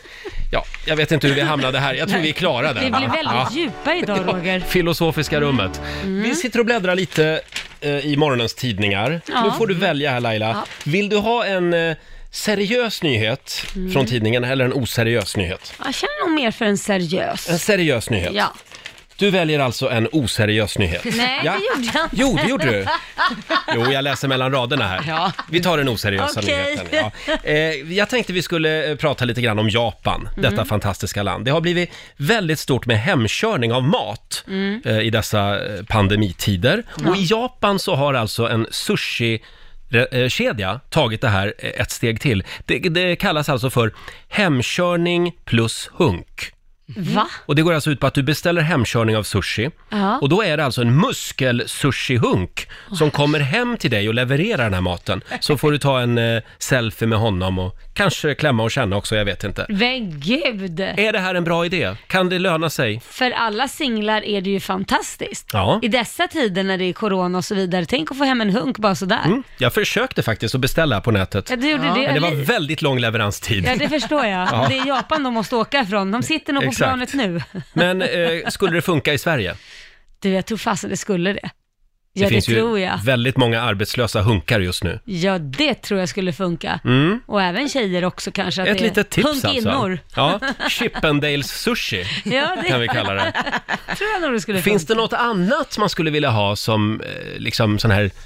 ja, jag vet inte hur vi hamnade här. Jag tror vi är klara där. Vi blir väldigt Ja. djupa idag, Roger. Filosofiska rummet. Vi sitter och bläddrar lite eh, i morgonens tidningar. Ja. Nu får du välja här, Laila. Ja. Vill du ha en eh, seriös nyhet från tidningen eller en oseriös nyhet? Jag känner nog mer för en seriös. En seriös nyhet. Ja. Du väljer alltså en oseriös nyhet. Nej, Ja. det gjorde jag inte. Jo, det gjorde du. Jo, jag läser mellan raderna här. Ja. Vi tar den oseriösa Okej. nyheten. Ja. Eh, jag tänkte vi skulle eh, prata lite grann om Japan, detta fantastiska land. Det har blivit väldigt stort med hemkörning av mat eh, i dessa eh, pandemitider. Och i Japan så har alltså en sushi eh, kedja tagit det här eh, ett steg till. Det, det kallas alltså för hemkörning plus hunk. Va? Och det går alltså ut på att du beställer hemkörning av sushi. Ja. Och då är det alltså en muskel-sushi-hunk som kommer hem till dig och levererar den här maten. Så får du ta en eh, selfie med honom och kanske klämma och känna också, jag vet inte. Men gud! Är det här en bra idé? Kan det löna sig? För alla singlar är det ju fantastiskt. Ja. I dessa tider när det är corona och så vidare. Tänk att få hem en hunk bara sådär. Mm. Jag försökte faktiskt att beställa på nätet. Ja, du gjorde det. Men det var väldigt lång leveranstid. Ja, det förstår jag. Ja. Det är Japan de måste åka ifrån. De sitter nog på Exakt. planet nu. Men eh, skulle det funka i Sverige? Du, jag tror fasen det skulle det. Ja, det, finns tror ju jag. väldigt många arbetslösa hunkar just nu. Ja, det tror jag skulle funka. Mm. Och även tjejer också kanske. Att Ett det är litet tips alltså. hunkinnor. Ja, Chippendales sushi Ja, det kan vi kalla det. tror jag nog det skulle Finns det funka. något annat man skulle vilja ha som eh, liksom sån här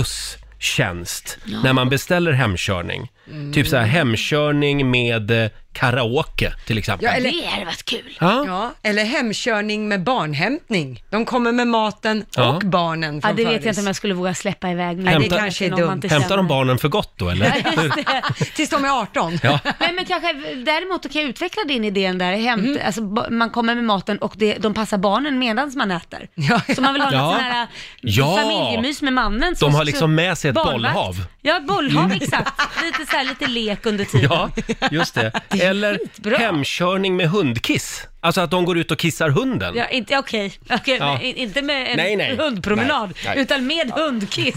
plustjänst när man beställer hemkörning? Typ så här hemkörning med eh, karaoke till exempel. Ja, eller- Det hade varit kul. Ja. Ja, eller hemkörning med barnhämtning. De kommer med maten Ja. och barnen Ja, från det vet föris. jag inte om jag skulle våga släppa iväg med. Nej, det Hämta- kanske är Någon man dumt. inte Hämtar de känner. barnen för gott då eller? Ja, just det. Tills de är arton. Ja. Nej, men kanske, däremot då kan jag utveckla din idén där. Hämt, Mm. alltså, ba- man kommer med maten och det, de passar barnen medan man äter. Ja, Så man vill ha Ja. lite sån här Ja. familjemys med mannen. Så, De har så- liksom med sig ett barnvakt. bollhav. Ja, ett bollhav, exakt. Lite så här, lite lek under tiden. Ja, just det. Eller skitbra. hemkörning med hundkiss. Alltså att de går ut och kissar hunden. Ja, inte, okej, okej, Ja. men inte med en Nej, nej. hundpromenad, Nej, nej. utan med hundkiss.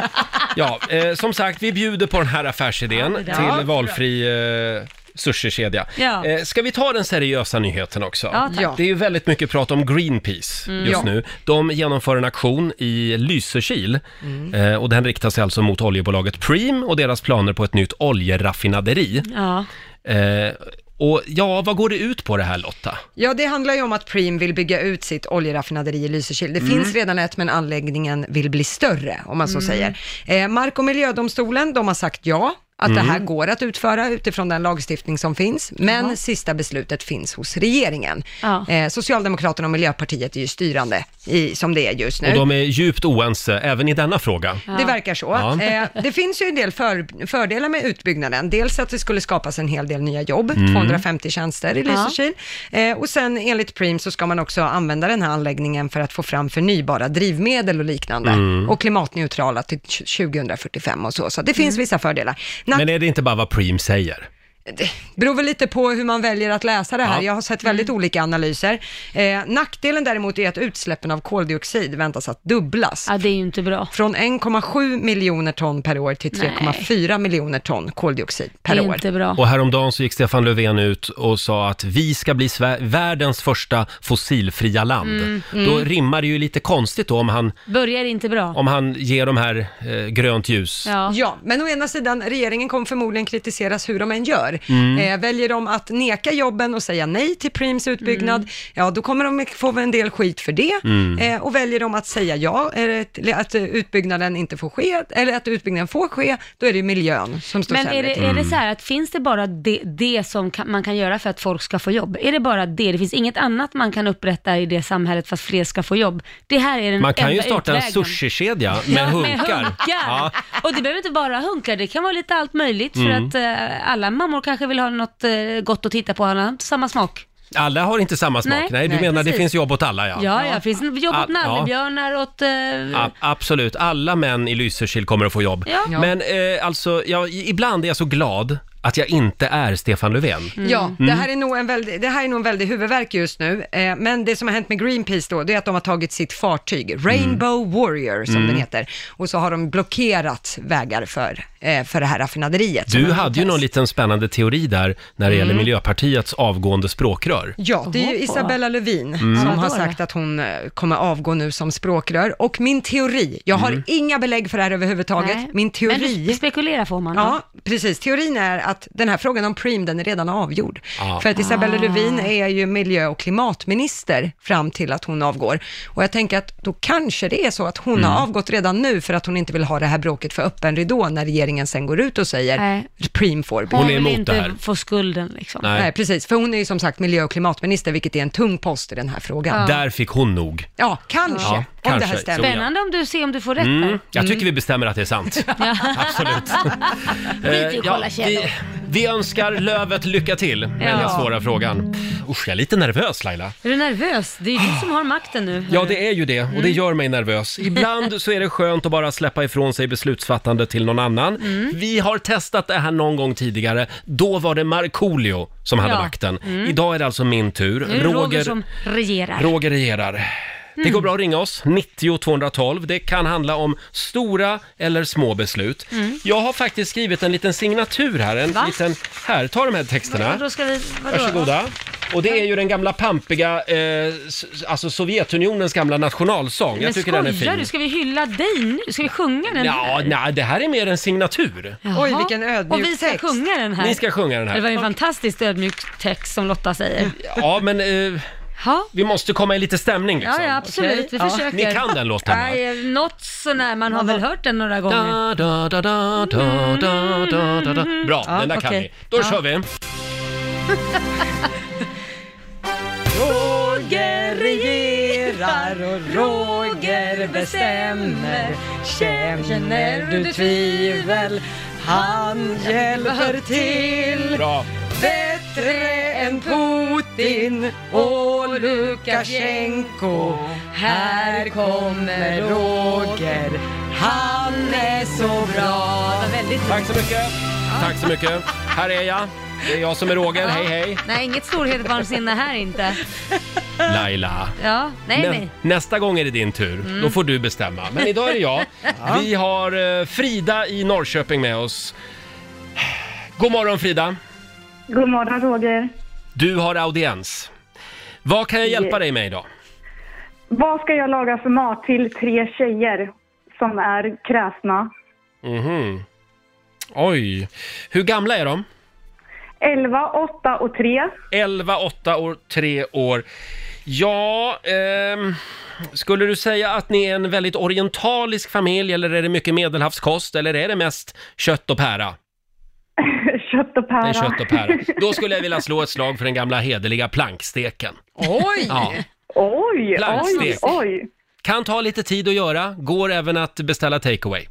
Ja, eh, som sagt, vi bjuder på den här affärsidén Ja, det där. till valfri eh, sushikedja. Ja. Eh, ska vi ta den seriösa nyheten också? Ja, tack. Ja. Det är ju väldigt mycket prat om Greenpeace just Ja. nu. De genomför en aktion i Lysekil eh, och den riktar sig alltså mot oljebolaget Preem och deras planer på ett nytt oljeraffinaderi. Ja. Eh, och ja, vad går det ut på det här Lotta? Ja, det handlar ju om att Preem vill bygga ut sitt oljeraffinaderi i Lysekil. Det finns redan ett, men anläggningen vill bli större, om man så säger. Eh, Mark- och miljödomstolen, de har sagt ja, att det här går att utföra utifrån den lagstiftning som finns, men sista beslutet finns hos regeringen. Ja. Eh, Socialdemokraterna och Miljöpartiet är ju styrande i, som det är just nu. Och de är djupt oense även i denna fråga. Det verkar så. Ja. Eh, det finns ju en del för, fördelar med utbyggnaden. Dels att det skulle skapas en hel del nya jobb, Mm. tvåhundrafemtio tjänster i Lysekil. Eh, och sen enligt Preem så ska man också använda den här anläggningen för att få fram förnybara drivmedel och liknande. Mm. Och klimatneutrala till tjugohundrafyrtiofem och så. Så det finns vissa fördelar. Nack- Men är det inte bara vad Preem säger? det beror väl lite på hur man väljer att läsa det här. Ja. Jag har sett väldigt olika analyser. Eh, nackdelen däremot är att utsläppen av koldioxid väntas att dubblas. Ja, det är ju inte bra. Från en komma sju miljoner ton per år till tre komma fyra miljoner ton koldioxid per Det är år. inte bra. Och häromdagen så gick Stefan Löfven ut och sa att vi ska bli Sve- världens första fossilfria land. Då rimmar det ju lite konstigt då om han, Börjar inte bra. om han ger de här eh, grönt ljus. Ja. Ja, men å ena sidan, regeringen kommer förmodligen kritiseras hur de än gör. Mm. Eh, väljer de att neka jobben och säga nej till Preems utbyggnad, ja då kommer de få en del skit för det. Mm. Eh, och väljer de att säga ja, eller att, att utbyggnaden inte får ske, eller att utbyggnaden får ske, då är det ju miljön som står Men är sämre det, till. är det så här att finns det bara det, det som kan, man kan göra för att folk ska få jobb? Är det bara det? Det finns inget annat man kan upprätta i det samhället för att fler ska få jobb? Det här är den Man kan ju enda starta en utvägen. sushikedja med Ja, hunkar. med hunkar. Ja. Och det behöver inte bara hunkar, det kan vara lite allt möjligt för Mm. att eh, alla mammor kanske vill ha något eh, gott att titta på, alla har inte samma smak. Alla har inte samma smak. Nej, Nej, du nej, menar det precis. finns jobb åt alla ja. Ja, ja, finns det jobb All- åt nallebjörnar, åt... Eh, A- absolut, alla män i Lysekil kommer att få jobb. Ja. Men eh, alltså, ja, i- ibland är jag så glad att jag inte är Stefan Löfven. Ja, det här är nog en väldig, det här är nog en väldig huvudvärk just nu. Eh, men det som har hänt med Greenpeace då, det är att de har tagit sitt fartyg, Rainbow Warrior som den heter, och så har de blockerat vägar för eh, för det här raffinaderiet. Du hade ju någon liten spännande teori där när det gäller Mm. Miljöpartiets avgående språkrör. Ja, det är ju Isabella Lövin som Mm. har sagt att hon eh, kommer avgå nu som språkrör. Och min teori, jag har Mm. inga belägg för det här överhuvudtaget. Nej. Min teori... Men spekulera får man. Ja, precis. Teorin är att den här frågan om Preem, den är redan avgjord. Ah. För att Isabella Ah. Lövin är ju miljö- och klimatminister fram till att hon avgår. Och jag tänker att då kanske det är så att hon Mm. har avgått redan nu för att hon inte vill ha det här bråket för öppen ridå när regeringen sen går ut och säger Nej. Preem får bli. Hon, Hon är vill emot inte det här. få skulden liksom. Nej. Nej, precis. För hon är ju som sagt miljö- och klimatminister, vilket är en tung post i den här frågan. Ja, Där fick hon nog. kanske. Ja, om kanske. det här stämmer. Så- Spännande om du ser om du får rätt Mm. där. Jag tycker vi bestämmer att det är sant. Absolut. Eh, ju kolla källor. vi, vi önskar Lövet lycka till med den Ja. svåra frågan. Usch, jag är lite nervös, Laila. Är du nervös? Det är ju du som har makten nu. Ja, det är ju det och Mm. det gör mig nervös. Ibland så är det skönt att bara släppa ifrån sig beslutsfattande till någon annan. Mm. Vi har testat det här någon gång tidigare. Då var det Markoolio som hade Ja. makten. Mm. Idag är det alltså min tur. Nu är det Roger som regerar. Roger regerar. Det går bra att ringa oss, nittio tvåhundratolv. Det kan handla om stora eller små beslut. Mm. Jag har faktiskt skrivit en liten signatur här. En Va? liten, här, ta de här texterna. Då ska vi, vadå? Varsågoda. Och det är ju den gamla pampiga, eh, s- alltså Sovjetunionens gamla nationalsång. Jag Men tycker den är skojar fin. du? Ska vi hylla dig nu? Ska vi sjunga den Ja, här? nej, det här är mer en signatur. Jaha. Oj, vilken ödmjuk Och vi ska text. sjunga den här. Ni ska sjunga den Det var här. ju en fantastiskt ödmjuk text som Lotta säger. Ja, men eh, Ja, vi måste komma i lite stämning liksom. ja, ja absolut. Okej. Vi Ja. försöker. Ni kan den låten, va? Nej, något sånär. Man har väl hört den några gånger. Da, da, da, da, da, da, da, da, da. Bra, Ja, den där kan okej. vi. Då Ja. kör vi. Roger regerar och Roger bestämmer. Känner du tvivel, han hjälper till. Bra. Bättre än Putin och Lukasjenko. Här kommer Roger, han är så bra. Det var väldigt Tack så mycket. Tack så mycket. Här är jag. Det är jag som är Roger. Hej, hej. Nej, inget storhetsvansinne här inte. Laila. Ja, nej, Nä, nej. nästa gång är det din tur. Då får du bestämma. Men idag är det jag. Vi har eh, Frida i Norrköping med oss. God morgon, Frida. God morgon Roger. Du har audiens. Vad kan jag hjälpa dig med idag? Vad ska jag laga för mat till tre tjejer som är kräsna? Mhm. Oj. Hur gamla är de? elva, åtta och tre. elva, åtta och tre år. Ja, ehm, skulle du säga att ni är en väldigt orientalisk familj eller är det mycket medelhavskost eller är det mest kött och pära? Kött och pära. Det är kött och pära. Då skulle jag vilja slå ett slag för den gamla hederliga planksteken. Oj! Ja. Oj, Plankstek. oj, oj. Kan ta lite tid att göra, går även att beställa takeaway.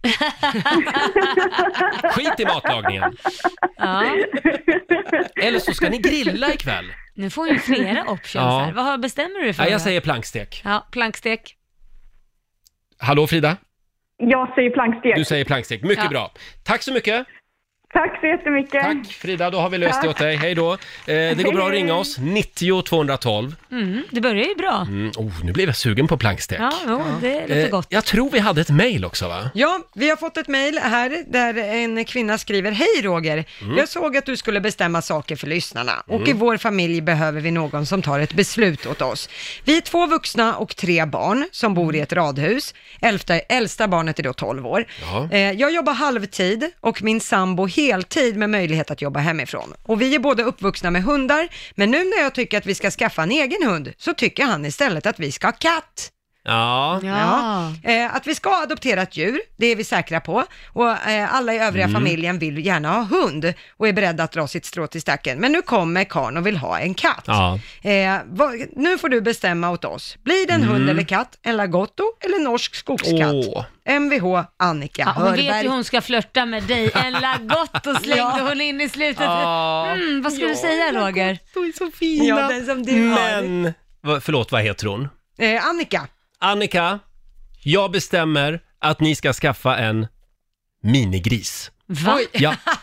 Skit i matlagningen. Ja. Eller så ska ni grilla ikväll. Nu får ju flera options Ja. här. Vad har- bestämmer du dig för? Ja, jag säger plankstek. Ja, plankstek. Hallå Frida? Jag säger plankstek. Du säger plankstek. Mycket Ja. bra. Tack så mycket. Tack så jättemycket. Tack Frida, då har vi löst Tack. det åt dig. Hej då. Eh, det går bra att ringa oss, nittio tvåhundratolv. Mm, det börjar ju bra. Mm, oh, nu blev jag sugen på plankstek. Ja, jo, det låter Eh, gott. jag tror vi hade ett mejl också, va? Ja, vi har fått ett mejl här där en kvinna skriver: Hej Roger, jag såg att du skulle bestämma saker för lyssnarna och i vår familj behöver vi någon som tar ett beslut åt oss. Vi är två vuxna och tre barn som bor i ett radhus. Äldsta, äldsta barnet är då tolv år. Ja. Eh, jag jobbar halvtid och min sambo heltid med möjlighet att jobba hemifrån. Och vi är båda uppvuxna med hundar, men nu när jag tycker att vi ska skaffa en egen hund så tycker han istället att vi ska ha katt. Ja. Ja. Eh, att vi ska adoptera ett djur, det är vi säkra på. Och eh, alla i övriga familjen vill gärna ha hund och är beredda att dra sitt strå till stacken. Men nu kommer karln och vill ha en katt. Ja. Eh, vad, nu får du bestämma åt oss. Blir det en hund eller katt, en lagotto eller norsk skogskatt? Åh. M V H Annika Ja, hon vet Hörberg. ju hon ska flörta med dig. En lagotto slängde hon in i slutet. Ja. Mm, vad ska du säga Roger? De är så fina. Ja, den som du har. Men, va- förlåt, vad heter hon? Eh, Annika. Annika, jag bestämmer att ni ska skaffa en minigris. Va? Ja,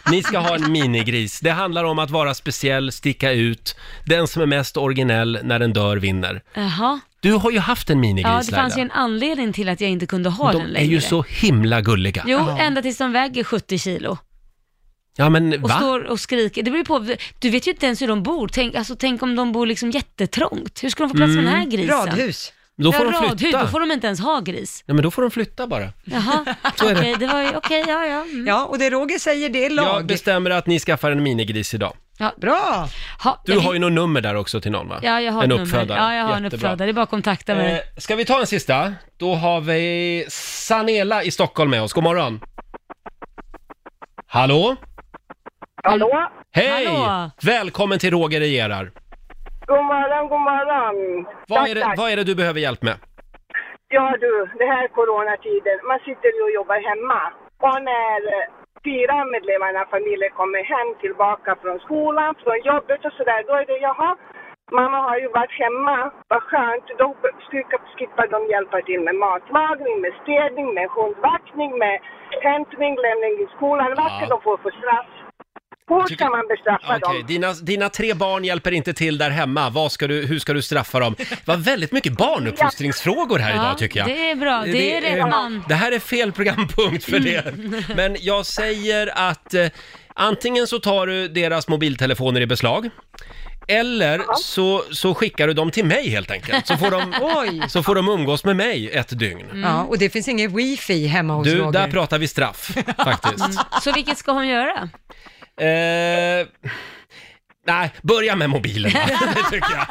Ni ska ha en minigris. Det handlar om att vara speciell, sticka ut. Den som är mest originell när den dör vinner. Jaha. Du har ju haft en minigris, Ja, det fanns ju Laila. en anledning till att jag inte kunde ha De den är längre. ju så himla gulliga. Jo, ända tills de väger sjuttio kilo. Ja, men Och va? står och skriker. Det beror ju på, du vet ju inte ens hur de bor. Tänk, alltså, tänk om de bor liksom jättetrångt. Hur ska de få plats med den här grisen? Radhus. Då får ja, de radhus, flytta. då får de inte ens ha gris. Ja, men då får de flytta bara. Jaha, Så är det. okej, det var ju, okej, ja, ja. Mm. Ja, och det Roger säger, det är lag. Jag bestämmer att ni skaffar en minigris idag. Bra! Ha, Du har ju något nummer där också till någon, va? Ja, jag har en nummer. uppfödare. Ja, jag har en Jättebra. uppfödare. Det är bara att kontakta mig. Eh, ska vi ta en sista? Då har vi Sanela i Stockholm med oss. God morgon. Hallå? Hallå? Hej! Hallå. Välkommen till Roger regerar. God morgon, god morgon. Vad Tack, är, det, tack. vad är det du behöver hjälp med? Ja du, det här är coronatiden. Man sitter ju och jobbar hemma. Och när eh, fyra medlemmarna av familjen kommer hem tillbaka från skolan, från jobbet och sådär, då är det, jaha, mamma har ju varit hemma, vad skönt. Då skippar de hjälpa till med matlagning, med städning, med hundvaktning, med hämtning, lämning i skolan. Vad ska Ja. de få för straff? Hur Tycker- ska man bestraffa Okej, dem? dina, dina tre barn hjälper inte till där hemma. Vad ska du, hur ska du straffa dem? Det var väldigt mycket barnuppfostringsfrågor här Ja, idag, tycker jag. det är bra. Det är rätt man. Det här är fel programpunkt för det. Men jag säger att eh, antingen så tar du deras mobiltelefoner i beslag, eller så, så skickar du dem till mig helt enkelt. Så får de, Oj! så får de umgås med mig ett dygn. Ja, och det finns ingen wifi hemma hos Du, Roger. där pratar vi straff, faktiskt. Så vilket ska hon göra? Eh, nej, börja med mobilen, va? Det tycker jag.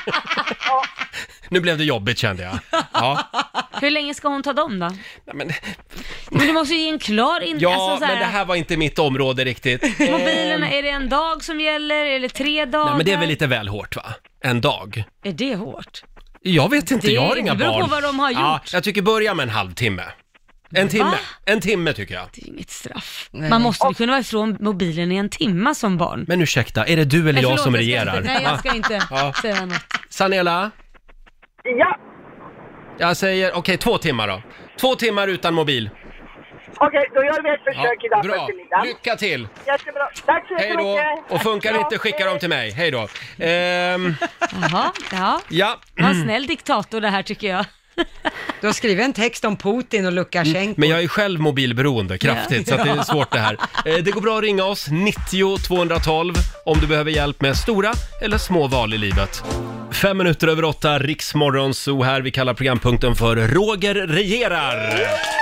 Nu blev det jobbigt, kände jag. Ja, Hur länge ska hon ta dem då? nej, men, Men du måste ju ge en klar in... ja alltså, så här, men det här var inte mitt område riktigt. Eh, Mobilerna, är det en dag som gäller? Är det tre dagar? nej, men det är väl lite väl hårt, va? En dag. Är det hårt? Jag vet inte, Det- jag har inga det beror barn. på vad de har Ja, gjort. jag tycker börja med en halvtimme. En timme. Va? En timme tycker jag. Det är inget straff. Nej. Man måste ju kunna vara ifrån mobilen i en timma som barn. Men ursäkta, är det du eller Nej, jag förlåt, som ska regerar? Inte, nej, jag ska inte Ja. säga något. Sanela, Ja, jag säger, okej, två timmar då. Två timmar utan mobil. okej, då gör vi ett försök idag på bra. eftermiddagen. Lycka till. Jättebra. Tack så Hej då. jättemycket. Och funkar inte, skicka dem till mig. Hej då. Ehm, Jaha, ja. ja. Det var en snäll diktator det här tycker jag. Du har skrivit en text om Putin och Lukasjenko. Men jag är själv mobilberoende kraftigt, så att det är svårt det här. Eh, Det går bra att ringa oss, nittio tvåhundratolv, om du behöver hjälp med stora eller små val i livet. Fem minuter över åtta, Riksmorgon, så här vi kallar programpunkten för Roger regerar.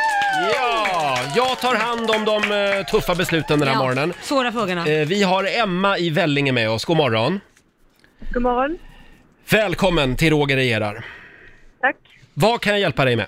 Ja, jag tar hand om de eh, tuffa besluten den här Ja, morgonen. svåra frågorna. Eh, Vi har Emma i Vellinge med oss, god morgon. God morgon. Välkommen till Roger regerar. Tack. Vad kan jag hjälpa dig med?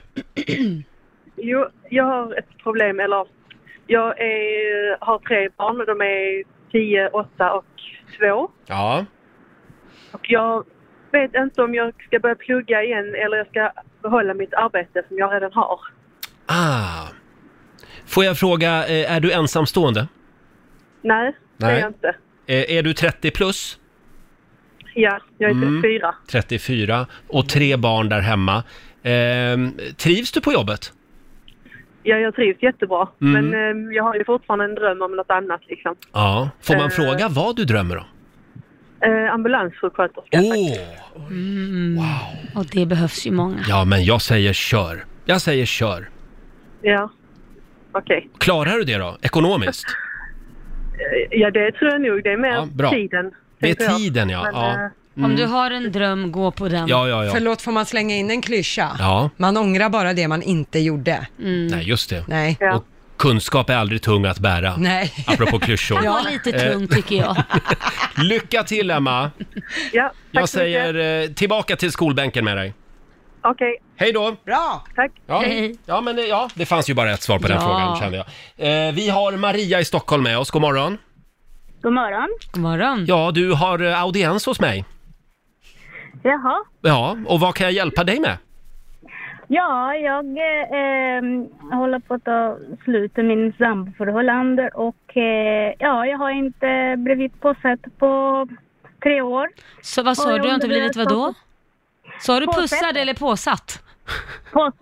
Jo, jag har ett problem, eller jag är, har tre barn och de är tio, åtta och två. Ja, Och jag vet inte om jag ska börja plugga igen eller jag ska behålla mitt arbete som jag redan har. ah. Får jag fråga, eh, är du ensamstående? Nej, det Nej. är jag inte. Eh, Är du trettio plus? Ja, jag är Mm. trettiofyra. trettiofyra och tre barn där hemma. Ehm, trivs du på jobbet? Ja, jag trivs jättebra. Mm. Men eh, jag har ju fortfarande en dröm om något annat liksom. Ja. Får man Eh. fråga vad du drömmer om? Eh, ambulanssjuksköterska. Åh! Mm. Och det behövs ju många. Ja, men jag säger kör. Jag säger kör. Ja, okej. Klarar du det då, ekonomiskt? Eh, Ja, det tror jag nog. Det är mer Ja, bra. tiden. Det är tänker jag. tiden, ja. Men, Ja. eh, Om du har en dröm, gå på den. Ja, ja, ja. Förlåt, får man slänga in en klyscha? Ja, Man ångrar bara det man inte gjorde. Mm. nej just det. Nej. Ja. Och kunskap är aldrig tung att bära. Nej. Apropå klyschor. Kan vara lite Eh. tung tycker jag. Lycka till, Emma. Ja, tack Jag så mycket. säger eh, tillbaka till skolbänken med dig. Okej, Hej då! Bra! tack. Ja, Hej. ja, men det- ja, det fanns ju bara ett svar på den Ja. frågan, kände jag. Eh, vi har Maria i Stockholm med oss, god morgon. God morgon. God morgon. Ja, du har eh, audiens hos mig. Jaha. Ja, och vad kan jag hjälpa dig med? Ja, jag eh, håller på att ta slut med min samboförhållande och eh, ja, jag har inte blivit påsatt på tre år. Så vad sa Och du? jag Du har inte undrar blivit vad då? Sa du Påsatt. pussad eller påsatt? Påsatt,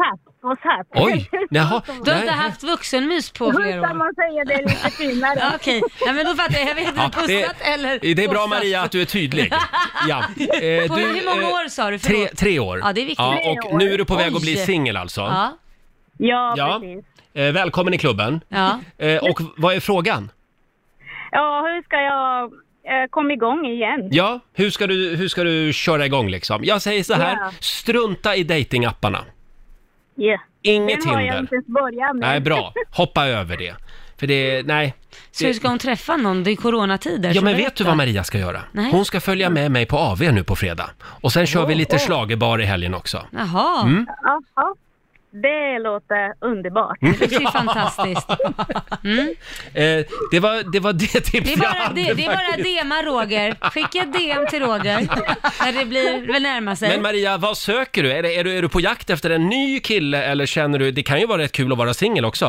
påsatt. Oj, jaha. Du har Nej. inte haft vuxenmys på flera Utan år? man säger det lite finare. Ja, Okej, ja, men då fattar jag. Jag vet inte, Ja, pussat det, eller det är bra påsatt. Maria att du är tydlig. Ja. Eh, På du, hur många eh, år sa du? Tre, Förlåt. tre år. Ja, det är viktigt. Ja, Tre och år. nu är du på väg att bli Oj. singel alltså. Ja, Ja, Ja. precis. Eh, välkommen i klubben. ja. Eh, och vad är frågan? Ja, hur ska jag eh, komma igång igen? Ja, hur ska du, hur ska du köra igång liksom? Jag säger så här, Ja. strunta i datingapparna. Yeah. Inget Den har jag Tinder. inte ens börjat med. Nej, bra. Hoppa över det. För det, nej. Så hur ska hon träffa någon? Det är coronatider. Ja, så men berätta. vet du vad Maria ska göra? Nej. Hon ska följa med mig på A V nu på fredag. Och sen kör vi lite schlagerbar i helgen också. Jaha, Mm. Jaha. Det låter underbart. det låter ju fantastiskt. Mm. Eh, det, var, det var det tips Det är jag bara, hade det, det är bara faktiskt. D M Roger. Skicka ett D M till Roger när det blir väl närma sig. Men Maria, vad söker du? Är, det, är du? är du på jakt efter en ny kille eller känner du, det kan ju vara rätt kul att vara singel också?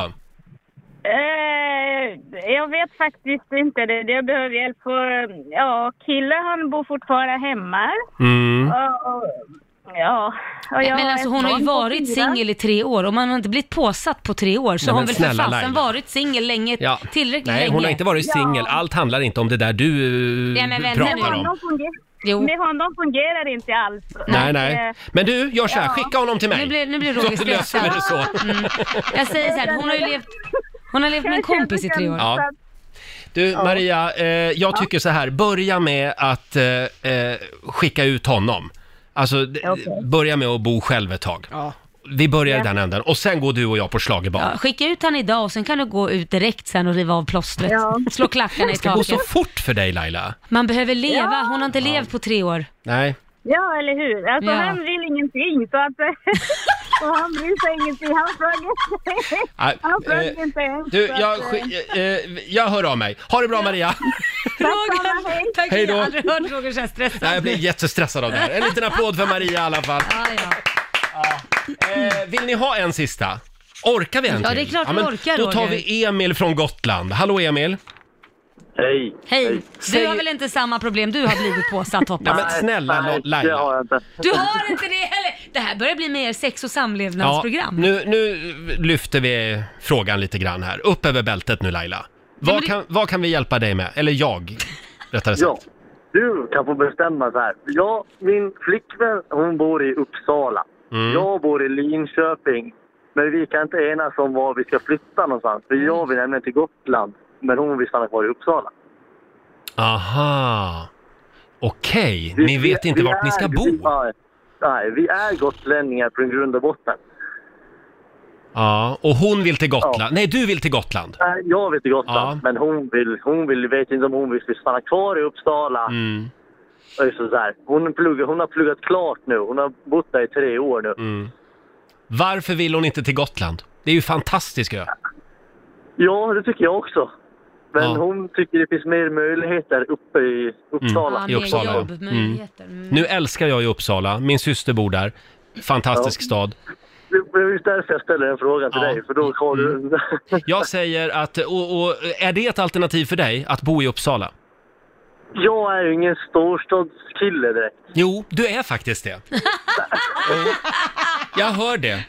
Eh, jag vet faktiskt inte det. Jag behöver hjälp för, ja, kille han bor fortfarande hemma. Mm. Och, och, ja. Och jag Men har alltså ett hon har ju barn på varit fyra. singel i tre år och man har inte blivit påsatt på tre år så Nej, har hon men väl för snälla fasen Laila. varit singel länge, Ja. tillräckligt Nej, länge. hon har inte varit singel. Allt handlar inte om det där du Ja, men vänta pratar nu. om. Honom fungerar, Jo. med honom fungerar inte alls. Nej, Och, nej. eh, Men du, gör så här, Ja. skicka honom till mig. Nu blir, nu blir Roger Så löser vi stressad. det så. Mm. Jag säger så här, hon har ju levt, hon har levt med en kompis i tre år. Ja. Du, Maria, eh, jag tycker så här, börja med att eh, eh, skicka ut honom. Alltså, d- Okej. börja med att bo själv ett tag. Vi börjar i den änden. Och sen går du och jag på schlagerbar. Ja, skicka ut han idag och sen kan du gå ut direkt sen och riva av plåstret. Ja. Slå klackarna i Det ska gå så taket. fort för dig, Laila. Man behöver leva, hon har inte levt på tre år. Nej. Ja, eller hur? Alltså Ja. han vill ingenting så att... och han bryr sig ingenting. Han frågar Nej, Han frågar eh, inte ens. Du, så att, jag, eh, sk- eh, jag hör av mig. Ha det bra, Maria. Roger, tack, Hej då. jag har aldrig hört Roger så här stressad. Nej, jag blir jättestressad av det här. En liten applåd för Maria i alla fall. Ja, ja. Eh, vill ni ha en sista? Orkar vi en Ja, till? det är klart vi men orkar, Då tar Roger. vi Emil från Gotland. Hallå Emil. Hej. Hej, Säg- du har väl inte samma problem du har blivit påsatt Ja, hoppas men jag. snälla Nej, Lo- det har Laila. jag inte. Du har inte det heller! Det här börjar bli mer sex och Ja, samlevnadsprogram. nu, nu lyfter vi frågan lite grann här. Upp över bältet nu Laila. Vad, men det- kan, vad kan vi hjälpa dig med? Eller jag, rättare sagt. Ja, du kan få bestämma så här. Ja, min flickvän, hon bor i Uppsala. Mm. Jag bor i Linköping. Men vi kan inte enas om var vi ska flytta någonstans. För jag vill nämligen till Gotland. Men hon vill stanna kvar i Uppsala. Aha. Okej, ni vet inte vi vart ni ska är- bo. Vi, nej, nej, vi är gotlänningar på grund och botten. Ja, och hon vill till Gotland. Nej, du vill till Gotland. Nej, jag vill till Gotland. Ja. Men hon vill, hon vill, vet inte om hon vill stanna kvar i Uppsala. Mm, Och så där. Hon, pluggar, hon har pluggat klart nu. Hon har bott där i tre år nu. mm. Varför vill hon inte till Gotland? Det är ju fantastiskt ö. Ja, det tycker jag också. Men Ja. hon tycker det finns mer möjligheter uppe i Uppsala. Ja, i mer Uppsala. jobbmöjligheter. Mm. Nu älskar jag ju Uppsala. Min syster bor där. Fantastisk Ja. stad. Det är just därför jag ställer den frågan till Ja. dig. För då har du... Jag säger att, och, och är det ett alternativ för dig att bo i Uppsala? Jag är ju ingen storstadskille direkt. Jo, du är faktiskt det. Jo, jag hör det.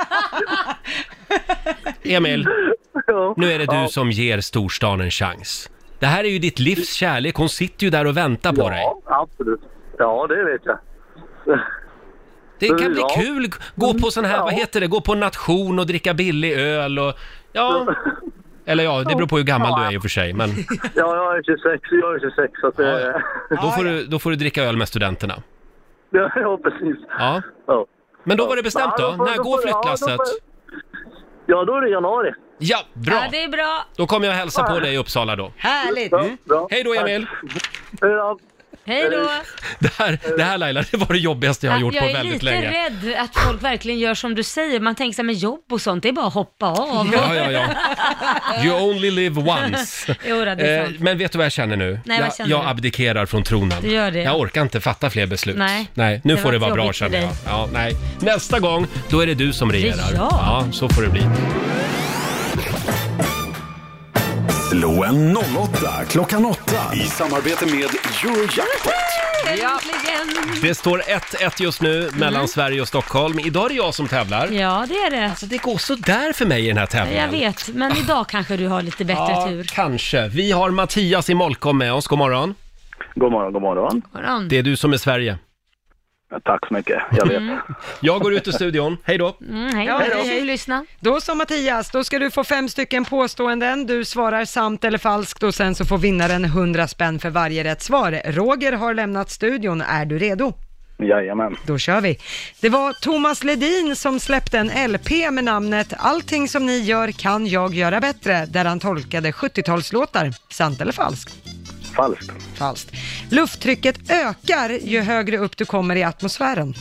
Emil, Ja. nu är det du Ja. som ger storstan en chans. Det här är ju ditt livs kärlek. Hon sitter ju där och väntar på dig. Ja, absolut. Ja, det vet jag. Det kan bli Ja. kul. Gå på sån här, Ja. vad heter det? Gå på nation och dricka billig öl och... Ja, eller ja, det beror på hur gammal du är i och för sig. Men Ja, jag är tjugosex. Jag är tjugosex. Så att det... då får du, då får du dricka öl med studenterna. Ja, ja, precis. Ja. Ja. Men då var det bestämt Ja, då. får- När går får- ja, då flyttlasset? får- Ja, då är det januari. Ja, bra. Ja, det är bra. Då kommer jag hälsa på dig i Uppsala då. Härligt! Ja, bra. Hej då Emil! Hej då. Hej då. Det här, det här Laila, det var det jobbigaste jag har gjort jag på är väldigt lite länge. rädd att folk verkligen gör som du säger. Man tänker sig med jobb och sånt, det är bara att hoppa av. Ja, ja, ja. You only live once. Jo, det är Eh, sant. men vet du vad jag känner nu? Nej, vad jag, känner jag du? abdikerar från tronen. Du gör det. Jag orkar inte fatta fler beslut. Nej. nej nu Det får var det vara bra jobbigt för känner jag. dig. Ja, nej. Nästa gång, då är det du som regerar. jag? Ja, så får det bli. Slå en noll åtta klockan åtta i samarbete med Eurojackpot. Äntligen! Det står ett ett just nu mellan Mm. Sverige och Stockholm. Idag är det jag som tävlar. Ja, det är det. Alltså det går så där för mig i den här tävlingen. Jag vet, men idag kanske du har lite bättre Ja, tur. kanske. Vi har Mattias i Molkom med oss. God morgon. God morgon, god morgon. Morgon. Det är du som är Sverige. Tack så mycket, jag vet. Mm. Jag går ut ur studion. Hej då. Mm, hej, Ja, hej, hej, hej. hej. Lyssna. Då så Mattias, då ska du få fem stycken påståenden. Du svarar sant eller falskt och sen så får vinnaren hundra spänn för varje rätt svar. Roger har lämnat studion. Är du redo? Jajamän. Då kör vi. Det var Thomas Ledin som släppte en L P med namnet Allting som ni gör kan jag göra bättre, där han tolkade sjuttiotalslåtar. Sant eller falskt? Falskt. Falskt. Lufttrycket ökar ju högre upp du kommer i atmosfären.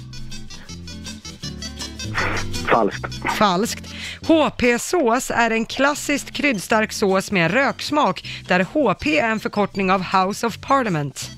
Falskt. Falskt. H P-sås är en klassiskt kryddstark sås med röksmak, där H P är en förkortning av House of Parliament.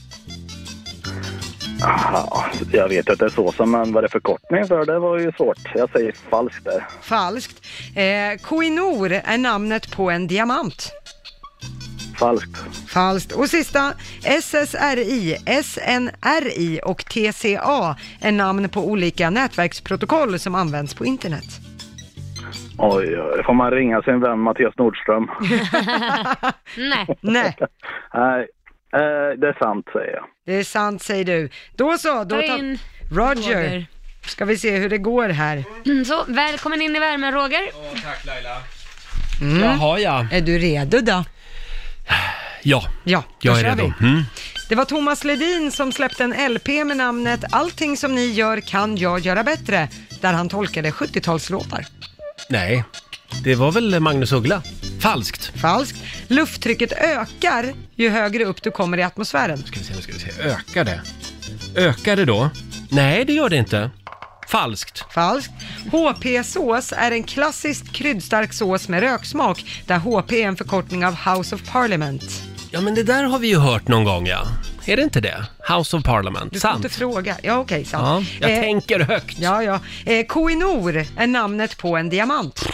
Aha, jag vet att det är så som man var det förkortning för, det var ju svårt. Jag säger falskt där. Falskt. Eh, Koh-i-Noor är namnet på en diamant. Falskt. Falskt. Och sista, S S R I, S N R I och T C A är namn på olika nätverksprotokoll som används på internet. Oj, oj, får man ringa sin vän Mattias Nordström? Nej. Nej, Nej, eh, det är sant säger jag. det är sant säger du. Då så, då Ta tar in Roger. Roger. Ska vi se hur det går här. Mm, så, välkommen in i värmen, Roger. Åh, tack Laila. Mm. Jaha, ja. Är du redo då? Ja, Ja, då jag är kör redo. vi. Mm. Det var Thomas Ledin som släppte en L P med namnet Allting som ni gör kan jag göra bättre, där han tolkade sjuttiotalslåtar. Nej, det var väl Magnus Uggla. Falskt. Falskt. Lufttrycket ökar ju högre upp du kommer i atmosfären. Ska vi se, nu ska vi se. Ökar det? Ökar det då? Nej, det gör det inte. Falskt. Falskt. H P-sås är en klassiskt kryddstark sås med röksmak, där H P är en förkortning av House of Parliament. Ja, men det där har vi ju hört någon gång, ja. Är det inte det? House of Parliament. Du får Sant. inte fråga. Ja, okej, Ja, sant. jag Eh, tänker högt. Ja, ja. Eh, Koh-i-Noor är namnet på en diamant.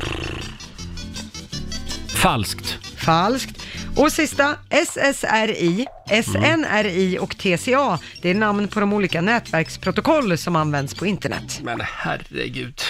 Falskt. Falskt. Och sista, S S R I, S N R I och T C A, det är namn på de olika nätverksprotokoll som används på internet. Men herregud.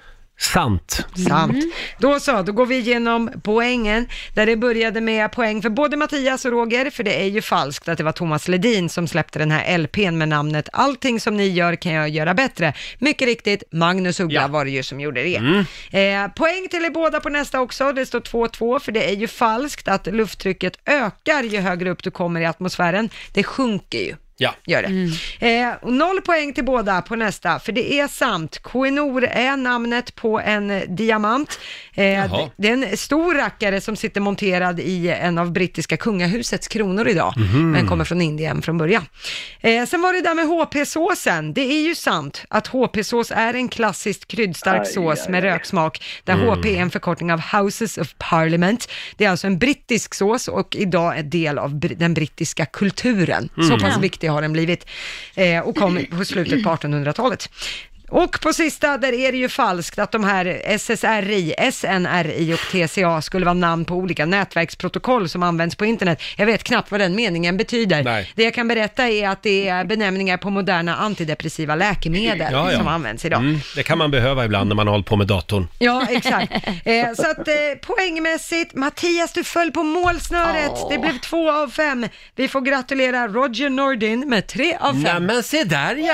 Sant. Sant. Då så, då går vi igenom poängen, där det började med poäng för både Mattias och Roger, för det är ju falskt att det var Thomas Ledin som släppte den här L P:n med namnet Allting som ni gör kan jag göra bättre. Mycket riktigt, Magnus Uggla Ja. var det ju som gjorde det. Eh, poäng till er båda på nästa också, det står två två, för det är ju falskt att lufttrycket ökar ju högre upp du kommer i atmosfären. Det sjunker ju. Ja. Gör det. Eh, och noll poäng till båda på nästa, för det är sant. Koh-i-Noor är namnet på en diamant. Eh, Jaha. det är en stor rackare som sitter monterad i en av brittiska kungahusets kronor idag, Mhm. men kommer från Indien från början. Eh, sen var det där med H P-såsen. Det är ju sant att H P-sås är en klassiskt kryddstark Aj, sås aj, med aj. röksmak, där Mm. H P är en förkortning av Houses of Parliament. Det är alltså en brittisk sås och idag en del av br- den brittiska kulturen. Mm. Så pass viktig har den blivit eh, och kom på slutet på artonhundratalet. Och på sista, där är det ju falskt att de här S S R I, S N R I och T C A skulle vara namn på olika nätverksprotokoll som används på internet. Jag vet knappt vad den meningen betyder. Nej. Det jag kan berätta är att det är benämningar på moderna antidepressiva läkemedel Ja, ja. som används idag. Mm, det kan man behöva ibland när man har hållit på med datorn. Ja, exakt. Eh, så att eh, poängmässigt, Mattias, du föll på målsnöret. Åh. Det blev två av fem. Vi får gratulera Roger Nordin med tre av fem. Nej, men se där ja!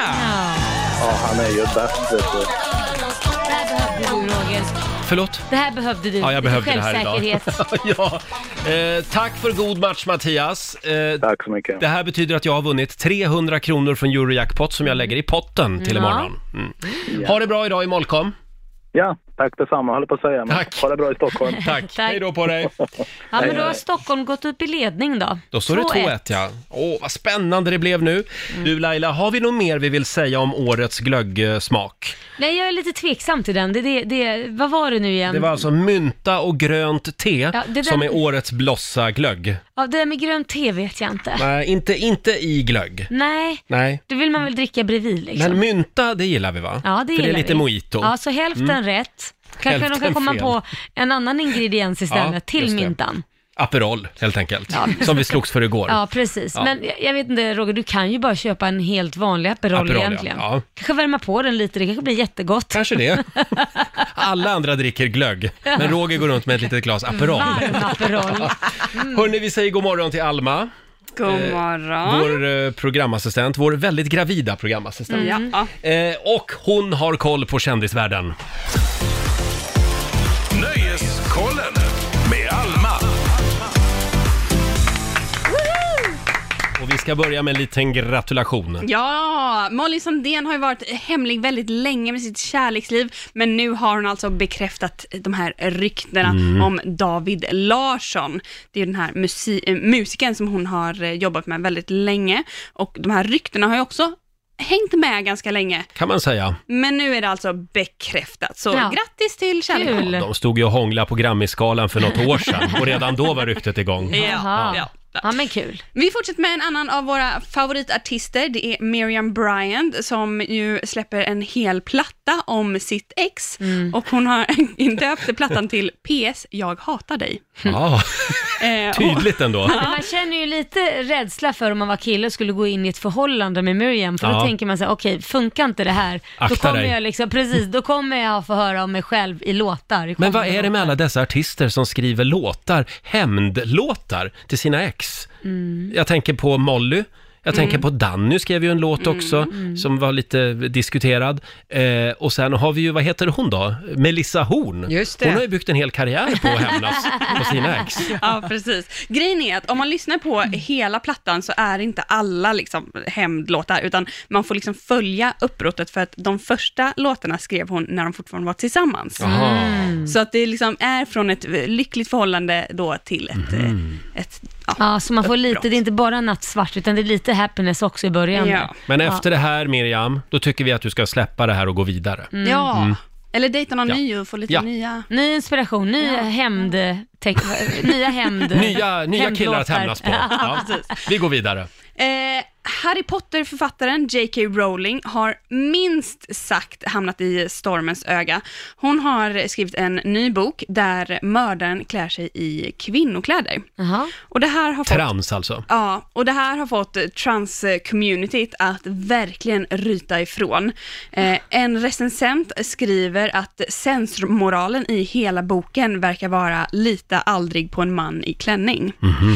Ja, han är ju bäst. vet du. Det här behövde du, Roger. Förlåt? Det här behövde du. Ja, jag behövde det här idag. Självsäkerhet. ja. eh, tack för god match Mattias. Eh, Tack så mycket. det här betyder att jag har vunnit trehundra kronor från Eurojackpot som jag lägger i potten till Ja. imorgon. Mm. Ha det bra idag i Molkom. Ja, tack detsamma, håller på att säga. Men Tack. ha det bra i Stockholm. Tack. Tack. Hej då på dig. Ja, men då har Stockholm gått upp i ledning då. Då står det två ett ja. Åh, vad spännande det blev nu. Du Laila, har vi något mer vi vill säga om årets glöggsmak? Nej, jag är lite tveksam till den. Det, det, det, vad var det nu igen? Det var alltså mynta och grönt te Ja, det där- som är årets blossa glögg. Ja, det där med grönt te vet jag inte. Nej, inte, inte i glögg. Nej, Nej. det vill man väl dricka bredvid liksom. Men mynta, det gillar vi va? Ja, det För gillar det är lite vi. mojito. Ja, så hälften rätt. Kanske de Hälften kan komma fel. på en annan ingrediens istället Ja, till just det. myntan. Aperol, helt enkelt. Ja. Som vi slogs för igår. Ja, precis. Ja. Men jag, jag vet inte, Roger, du kan ju bara köpa en helt vanlig Aperol, Aperol, egentligen. Ja. Kanske värma på den lite, det kanske blir jättegott. Kanske det. Alla andra dricker glögg, men Roger går runt med ett litet glas Aperol. Varm Aperol. Mm. Hörrni, vi säger god morgon till Alma. God morgon. Eh, vår eh, programassistent, vår väldigt gravida programassistent. Mm. Ja. Eh, och hon har koll på kändisvärlden. Nöjeskollen med Alma. Och vi ska börja med en liten gratulation. Ja, Molly Sandén har ju varit hemlig väldigt länge med sitt kärleksliv, men nu har hon alltså bekräftat de här ryktena mm. om David Larsson. Det är den här musi- musiken som hon har jobbat med väldigt länge, och de här ryktena har ju också hängt med ganska länge. Kan man säga. Men nu är det alltså bekräftat. Så Ja. grattis till kärleken. Ja, de stod ju och hånglade på Grammy-skalan för något år sedan och redan då var ryktet igång. Ja, ja. Ja, men kul. Vi fortsätter med en annan av våra favoritartister. Det är Miriam Bryant som ju släpper en hel platta om sitt ex. Mm. Och hon har döpt plattan till P S, jag hatar dig. Ja, Eh, tydligt ändå. Men man känner ju lite rädsla för om man var kille och skulle gå in i ett förhållande med Miriam, för då Ja. tänker man så här: okej, funkar inte det här, då Akta kommer dig. jag liksom, precis, då kommer jag få höra om mig själv i låtar. i Men vad kommande är det med låtar. alla dessa artister som skriver låtar, hämndlåtar till sina ex? Mm. Jag tänker på Molly. Jag tänker på Danny skrev ju en låt också mm. som var lite diskuterad. Eh, och sen har vi ju, vad heter hon då? Melissa Horn. Just det. Hon har ju byggt en hel karriär på att hämnas på sina ex. Ja, precis. Grejen är att om man lyssnar på hela plattan så är det inte alla liksom hämndlåtar, utan man får liksom följa uppbrottet, för att de första låtarna skrev hon när de fortfarande var tillsammans. Aha. Så att det liksom är från ett lyckligt förhållande då till ett, Mhm. ett ja, Ja, så man får lite, uppbrott. det är inte bara nattsvart, utan det är lite happiness också i början. Ja. Men Ja. efter det här, Miriam, då tycker vi att du ska släppa det här och gå vidare. Mm. Ja, Mm. eller dejta någon Ja. ny och få lite Ja. nya... Ny inspiration, nya Ja. hämnd... Te- nya hämnd... Nya, nya killar att hämndlåtar. hämnas på. Ja. Vi går vidare. Eh, Harry Potter-författaren J K Rowling har minst sagt hamnat i stormens öga. Hon har skrivit en ny bok där mördaren klär sig i kvinnokläder. Jaha. Och det här har fått... Trans alltså. Ja, och det här har fått trans-communityt att verkligen ryta ifrån. Eh, en recensent skriver att sensmoralen i hela boken verkar vara lita aldrig på en man i klänning.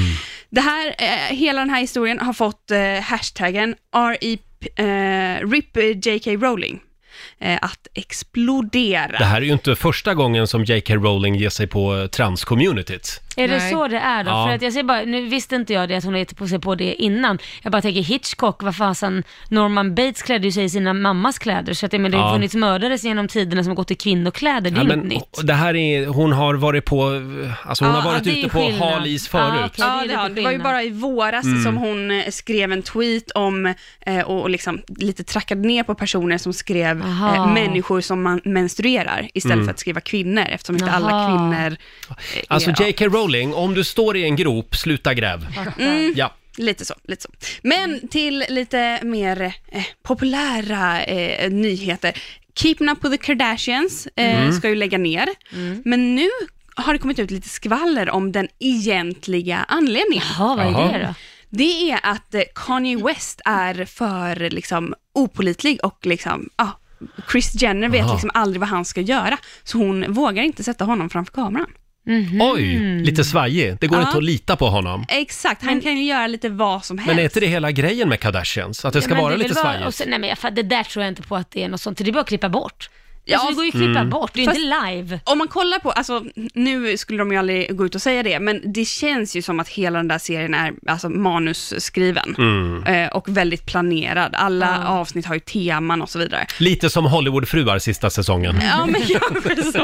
Det här, eh, hela den här historien har fått eh, hashtaggen R I P, eh, R I P J K Rowling eh, att explodera. Det här är ju inte första gången som J K Rowling ger sig på trans-communityt. Är det Nej. så det är då? Ja. För att jag ser bara, nu visste inte jag det, att hon har gett på sig på det innan. Jag bara tänker Hitchcock, vad fasen, Norman Bates klädde ju sig i sina mammas kläder, så att det, men det har Ja. funnits mördare genom tiderna som har gått i kvinnokläder, det är Ja, ju men, inget nytt. och det här är, hon har varit på, alltså hon Ja, har varit det är ute på skillnad. hal is Ja, förut. okej. det är Ja, lite det, har- det var ju skillnad. bara i våras Mm. som hon eh, skrev en tweet om eh, och, och liksom lite trackade ner på personer som skrev Aha. eh, människor som man menstruerar istället Mm. för att skriva kvinnor, eftersom inte Jaha. alla kvinnor eh, Alltså är- J K Rowling, om du står i en grop, sluta gräv. Mm. Ja. Lite så, lite så. Men till lite mer eh, populära eh, nyheter. Keeping Up With The Kardashians eh, Mm. ska ju lägga ner. Men nu har det kommit ut lite skvaller om den egentliga anledningen. Jaha, vad är Jaha. det då? Det är att eh, Kanye West är för liksom opålitlig och liksom, ah, Kris Jenner vet Aha. liksom aldrig vad han ska göra. Så hon vågar inte sätta honom framför kameran. Mhm. Oj, lite svajig. Det går Ja. inte att lita på honom. Exakt, han kan ju göra lite vad som helst. Men är inte det hela grejen med Kardashians? Att det ska Ja, men vara är väl lite bara- svajigt? och sen, nej men jag, fatt- det där tror jag inte på att det är något sånt, det är bara att klippa bort. Ja, Alltså det går ju att klippa Mm. bort, det är ju Fast- inte live. Om man kollar på, alltså nu skulle de ju aldrig gå ut och säga det, men det känns ju som att hela den där serien är alltså manusskriven Mm. eh, och väldigt planerad. Alla Ja. avsnitt har ju teman och så vidare. Lite som Hollywoodfruar sista säsongen. Ja, men kanske så.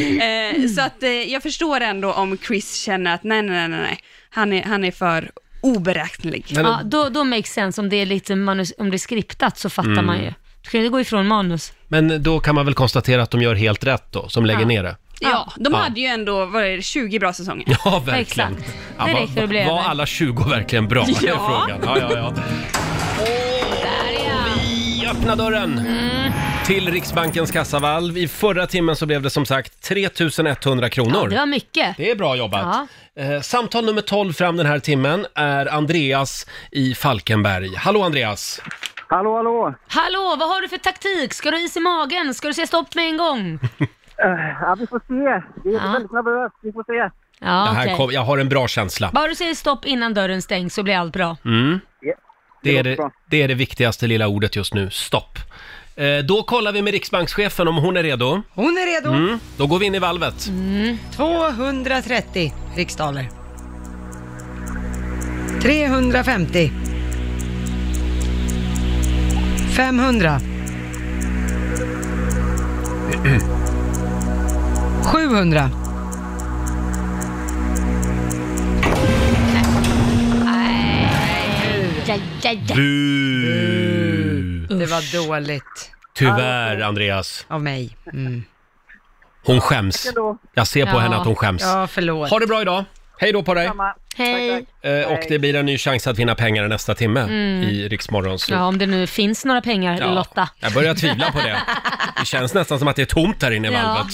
Eh, så att eh, jag förstår ändå om Chris känner att nej, nej, nej, nej. Han är, han är för oberäknelig. Men- Ja, då, då makes sense, om det är lite manus, om det är skriptat så fattar Mm. man ju. Du kan ju gå ifrån manus. Men då kan man väl konstatera att de gör helt rätt då, som lägger Ja. ner det. Ja, de Ja. hade ju ändå vad är det, tjugo bra säsonger. Ja, verkligen. Exakt. Ja, Det var, räcker att bli var över. alla tjugo verkligen bra? Det är Ja. frågan. Ja, ja, ja. Där ja. Vi öppnar dörren. till Riksbankens kassavalv. I förra timmen så blev det som sagt tre tusen etthundra kronor. Ja, det var mycket. Det är bra jobbat. Ja. Eh, samtal nummer tolv fram den här timmen är Andreas i Falkenberg. Hallå Andreas! Hallå, hallå! Hallå, vad har du för taktik? Ska du ha is i magen? Ska du säga stopp med en gång? Uh, ja, vi får se. Det är Ja. väldigt nervöst. Vi får se. Ja, det här okej. kom, jag har en bra känsla. Bara du säger stopp innan dörren stängs så blir allt bra. Mm. Yeah. Det, är låter det, bra. det är det viktigaste lilla ordet just nu, stopp. Eh, då kollar vi med Riksbankschefen om hon är redo. Hon är redo. Mm. Då går vi in i valvet. Mm. tvåhundratrettio riksdaler. trehundrafemtio. femhundra. sjuhundra. Ja, ja, ja. Bu! Det var dåligt. Tyvärr, Andreas. Av mig. Mm. Hon skäms. Jag ser på Ja. henne att hon skäms. Ja, förlåt. Ha det bra idag. Hej då på dig. Hej. Eh, och det blir en ny chans att vinna pengar nästa timme Mm. i Rix Morgon. Så. Ja, om det nu finns några pengar, Ja, Lotta. Jag börjar tvivla på det. Det känns nästan som att det är tomt där inne i Ja. valvet.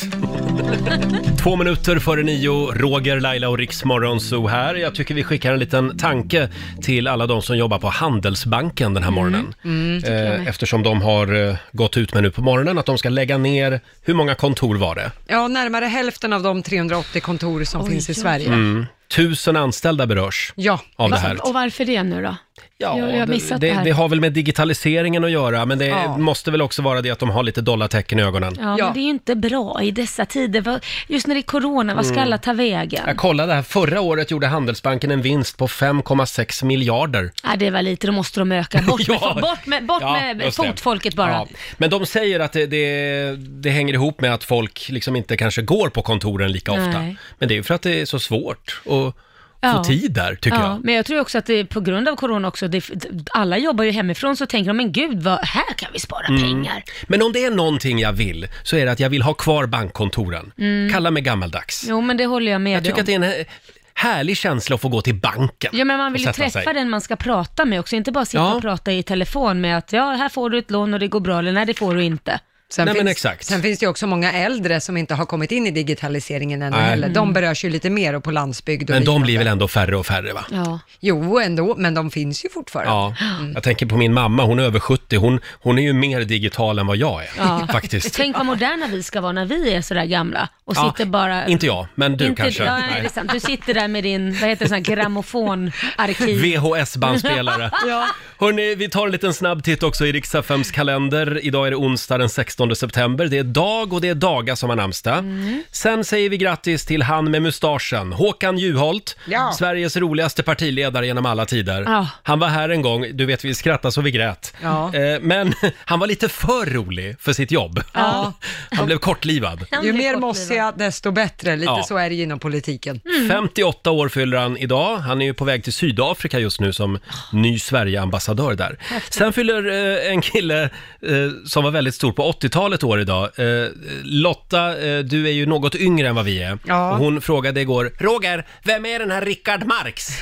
Två minuter före nio, Roger, Laila och Rix Morgon så här. Jag tycker vi skickar en liten tanke till alla de som jobbar på Handelsbanken den här morgonen. Mm, tycker jag eh, med. eftersom de har eh, gått ut med nu på morgonen att de ska lägga ner, hur många kontor var det? Ja, närmare hälften av de trehundraåttio kontor som Oj, finns i oj, oj. Sverige. Mm. Tusen anställda berörs Ja. av det Va- här. Och varför det nu då? Ja, jag, jag har missat det, det, här. det har väl med digitaliseringen att göra, men det Ja. måste väl också vara det att de har lite dollartecken i ögonen. Ja, Ja. men det är ju inte bra i dessa tider. Vad- Just när det är corona, vad ska Mm. alla ta vägen? Jag kollade här, förra året gjorde Handelsbanken en vinst på fem komma sex miljarder. Ja, det var lite, då måste de öka. Bort med, Ja. bort med, bort Ja, med just det. fotfolket bara. Ja. Men de säger att det, det, det hänger ihop med att folk liksom inte kanske går på kontoren lika ofta. Nej. Men det är ju för att det är så svårt att Ja. få tid där, tycker Ja, jag. men jag tror också att det är på grund av corona också, det, alla jobbar ju hemifrån, så tänker de, men gud, vad, här kan vi spara Mm. pengar. Men om det är någonting jag vill, så är det att jag vill ha kvar bankkontoren. Mm. Kalla mig gammaldags. Jo, men det håller jag med Jag dig tycker om. att det är en härlig känsla att få gå till banken. Ja, men man vill och ju sätta träffa sig. den man ska prata med också, inte bara sitta Ja. och prata i telefon med att ja, här får du ett lån och det går bra, eller nej, det får du inte. Sen, Nej, men finns, exakt. sen finns det ju också många äldre som inte har kommit in i digitaliseringen ännu Nej. heller. De Mm. berörs ju lite mer och på landsbygd och Men de liknande. blir väl ändå färre och färre, va? Ja. Jo, ändå, men de finns ju fortfarande. Ja, jag tänker på min mamma, hon är över sjuttio, hon, hon är ju mer digital än vad jag är, Ja. faktiskt. Tänk vad moderna vi ska vara när vi är sådär gamla och Ja, sitter bara... Inte jag, men du inte, kanske. Ja, nej, det är sant. Du sitter där med din, vad heter det, sån här grammofonarkiv. V H S-bandspelare. Ja. Hörrni, vi tar en liten snabb titt också i Rix F M:s kalender. Idag är det onsdag den sextonde september. Det är Dag och det är Daga som har namnsdag. Mm. Sen säger vi grattis till han med mustaschen, Håkan Juholt, Ja. Sveriges roligaste partiledare genom alla tider. Ja. Han var här en gång, du vet vi skrattade så vi grät. Ja. Eh, Men han var lite för rolig för sitt jobb. Ja. Han blev kortlivad. Han Ju blir mer kortlivad. mossiga, desto bättre. Lite Ja. så är det ju inom politiken. Mm. femtioåtta år fyller han idag. Han är ju på väg till Sydafrika just nu som ny Sverige-ambassadör där. Sen fyller eh, en kille eh, som var väldigt stor på åttiotalet år idag. Eh, Lotta, eh, du är ju något yngre än vad vi är. Ja. Och hon frågade igår, Roger, vem är den här Rickard Marx?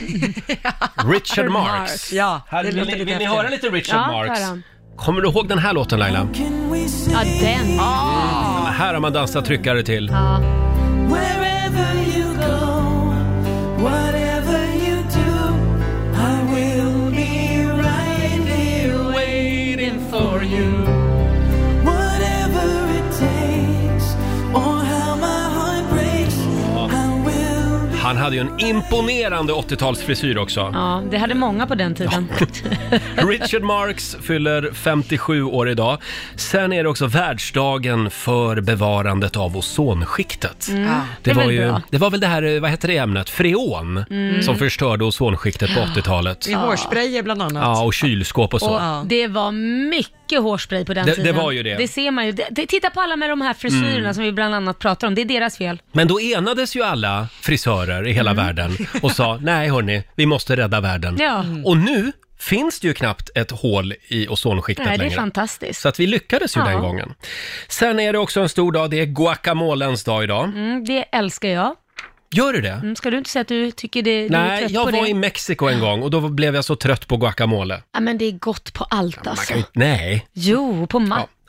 Richard Marx. Ja, Här, det vill låter ni, lite vill ni häftigt. höra lite Richard Ja, Marx? hör han. Kommer du ihåg den här låten, Laila? Ja, den. Ah, här har man dansat tryckare till. Ja. Wherever you go, whatever you do, I will be right here waiting for you. Whatever it takes, or how my heart breaks, I will be. Han hade ju en imponerande åttiotalsfrisyr också. Ja, det hade många på den tiden. Richard Marx fyller femtiosju år idag. Sen är det också världsdagen för bevarandet av ozonskiktet. Mm. Ja. Det, Det är var väl ju, bra. det var väl det här, vad heter det ämnet? Freon Mm. som förstörde ozonskiktet på åttiotalet. I hårsprayer bland annat. Ja, och kylskåp och så. Och Ja. det var mycket hårspray på den Det- det tiden. var ju det. Det ser man ju. Det, det, titta på alla med de här frisyrerna Mm. som vi bland annat pratar om. Det är deras fel. Men då enades ju alla frisörer i hela Mm. världen och sa, nej hörni, vi måste rädda världen. Ja. Och nu finns det ju knappt ett hål i ozonskiktet Nej, det är längre. fantastiskt. Så att vi lyckades ju Ja. den gången. Sen är det också en stor dag, det är guacamolens dag idag. Mm, det älskar jag. Gör du det? Mm, ska du inte säga att du tycker det, du är Nej, trött jag på var det? i Mexiko en gång och då blev jag så trött på guacamole. Ja, men det är gott på allt Man alltså. kan ju, nej, Jo, på ja, macka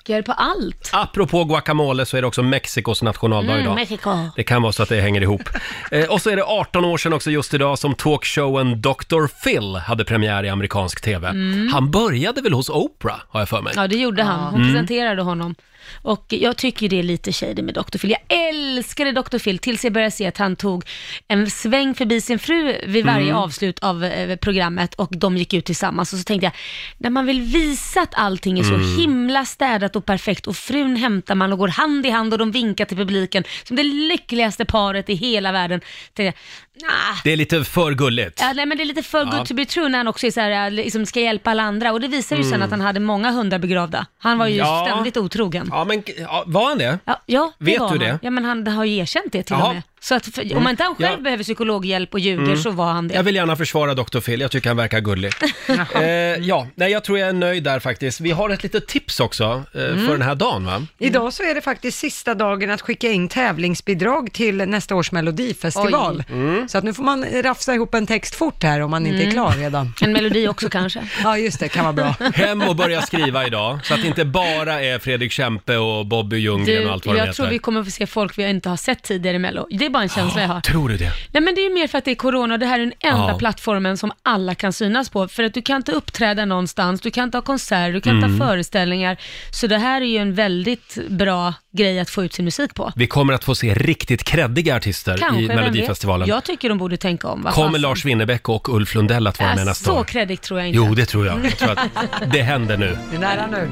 socker på allt. Apropå guacamole så är det också Mexikos nationaldag Mm, idag. Mexiko. Det kan vara så att det hänger ihop. eh, och så är det arton år sedan också just idag som talkshowen doktor Phil hade premiär i amerikansk tv. Mm. Han började väl hos Oprah, har jag för mig. Ja, det gjorde han. Hon Mm. presenterade honom. Och jag tycker det är lite shady med doktor Phil. Jag älskade doktor Phil tills jag började se att han tog en sväng förbi sin fru vid varje Mm. avslut av eh, programmet och de gick ut tillsammans. Och så tänkte jag, när man vill visa att allting är så Mm. himla städat och perfekt och frun hämtar man och går hand i hand och de vinkar till publiken som det lyckligaste paret i hela världen. Tänkte jag, nah. Det är lite för gulligt. Ja, nej, men det är lite för Ja. good to be true när han också är så här, liksom ska hjälpa alla andra. Och det visar ju sen Mm. att han hade många hundar begravda. Han var ju Ja. ständigt otrogen. Ja, men ja, var han det? Ja, ja det Vet var du han. det? Ja, men han har ju erkänt det till Jaha. och med. Så att för, Mm. om inte han själv Ja. behöver psykologhjälp och ljuger Mm. så var han det. Jag vill gärna försvara doktor Phil, jag tycker han verkar gullig. eh, ja, nej, jag tror jag är nöjd där faktiskt. Vi har ett litet tips också eh, Mm. för den här dagen, va? Idag så är det faktiskt sista dagen att skicka in tävlingsbidrag till nästa års melodifestival. Oj. Mm. Så att nu får man rafsa ihop en text fort här om man inte är Mm. klar redan. En melodi också kanske. Ja, just det, kan vara bra. Hem och börja skriva idag, så att det inte bara är Fredrik Kempe och Bobby Ljunggren Du, och allt vad de jag heter. tror vi kommer få se folk vi inte har sett tidigare i Mello. Det är bara en känsla jag har. Tror du det? Nej, men det är ju mer för att det är corona och det här är den enda Ja. plattformen som alla kan synas på. För att du kan inte uppträda någonstans, du kan inte ha konserter, du kan inte Mm. ha föreställningar. Så det här är ju en väldigt bra grej att få ut sin musik på. Vi kommer att få se riktigt kreddiga artister Kanske, i vem Melodifestivalen. vet? Jag tycker de borde tänka om. vad Kommer fasen. Lars Winnerbäck och Ulf Lundell att vara Äh, med nästa så år? kreddigt tror jag inte. Jo, det tror jag. Jag tror att det händer nu. Det är nära nu.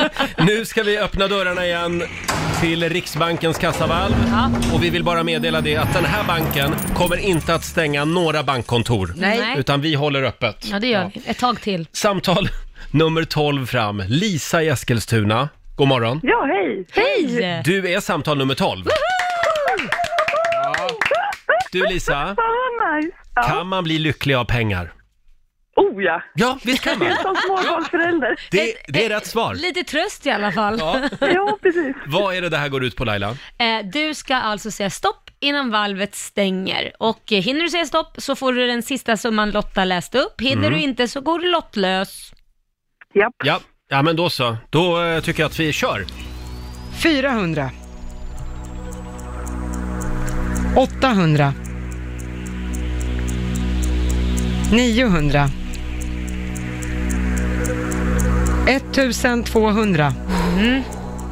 Nu ska vi öppna dörrarna igen till Riksbankens kassavalv. Ja. Och vi vill bara meddela det att den här banken kommer inte att stänga några bankkontor. Nej. Utan vi håller öppet. Ja, det gör vi. Ett tag till. Samtal nummer tolv fram. Lisa i Eskilstuna. God morgon. Ja, hej! Hej! Du är samtal nummer tolv. Du Lisa, Vad nice! Ja. kan man bli lycklig av pengar? Oh ja! Ja, visst kan man. Som småbarnsförälder. Det, det är rätt svar. Lite tröst i alla fall. Ja. Ja, precis. Vad är det det här går ut på, Laila? Eh, Du ska alltså säga stopp innan valvet stänger. Och eh, hinner du säga stopp så får du den sista summan Lotta läst upp. Hinner Mm. du inte så går du lottlös. Japp. Ja, ja men då så. Då eh, tycker jag att vi kör. fyrahundra. åttahundra. niohundra. ettusentvåhundra. Mm.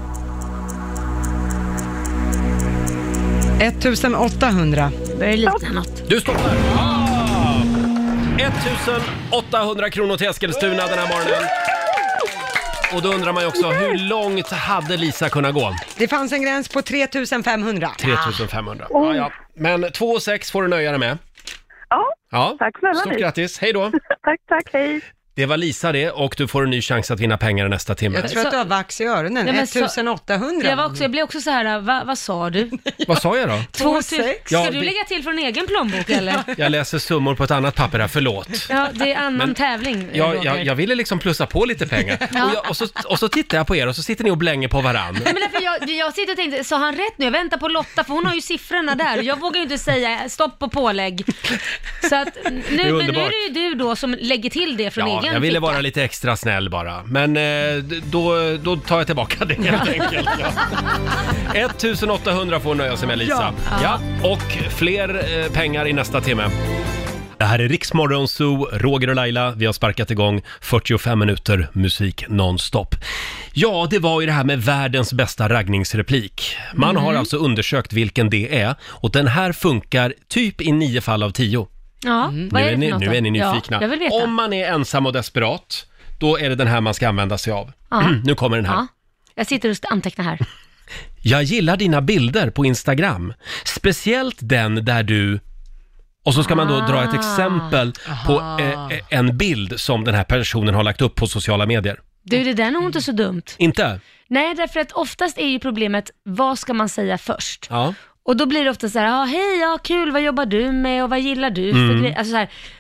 ettusenåttahundra. Börjar likna något. Du stoppar. Ah! ettusenåttahundra kronor till Eskilstuna den här morgonen. Och då undrar man ju också, hur långt hade Lisa kunnat gå? Det fanns en gräns på tre tusen femhundra. tre tusen femhundra. Ja, ja. Men två och sex får du nöja dig med. Ja, Ja, tack snälla stort ni. grattis. Hej då. Tack, tack, hej. Det var Lisa det, och du får en ny chans att vinna pengar nästa timme. Jag tror att du har vax i öronen. Nej, men så- ettusenåttahundra. Jag, var också, jag blev också så här, va, vad sa du? Vad sa jag då? Två sex. Ska Ja, du det- lägga till från egen plånbok eller? Jag läser summor på ett annat papper här, förlåt. Ja, det är annan Men- tävling. Jag, Roger. jag, jag ville liksom plussa på lite pengar. Ja. Och, jag, och, så, och så tittar jag på er och så sitter ni och blänger på varann. Nej, men därför jag, jag sitter och tänkte, sa han rätt nu? Jag väntar på Lotta för hon har ju siffrorna där. Jag vågar ju inte säga stopp och pålägg. Så att nu, Det är men nu underbart. är det ju du då som lägger till det från Ja, egen jag ville ficka. vara lite extra snäll bara. Men eh, d- då, då tar jag tillbaka det helt enkelt. Ja. ettusenåttahundra får nöja sig med Lisa. Ja. Ja. Och fler eh, pengar i nästa timme. Det här är Riksmorgon Zoo, Roger och Laila. Vi har sparkat igång fyrtiofem minuter musik nonstop. Ja, det var ju det här med världens bästa raggningsreplik. Man Mm. har alltså undersökt vilken det är, och den här funkar typ i nio fall av tio. Ja, vad Nu är är, det ni, för något nu då? är ni nyfikna. Ja, jag vill veta. Om man är ensam och desperat, då är det den här man ska använda sig av. Ja. Nu kommer den här. Ja. Jag sitter och antecknar här. Jag gillar dina bilder på Instagram. Speciellt den där du... Och så ska man då dra ett Ah. exempel på eh, eh, en bild som den här personen har lagt upp på sociala medier. Du, det där är nog inte så dumt. Inte? Nej, därför att oftast är ju problemet, vad ska man säga först? Ja. Och då blir det ofta så här, ja hej, ja kul, vad jobbar du med och vad gillar du för Mm. grejer? Alltså så här,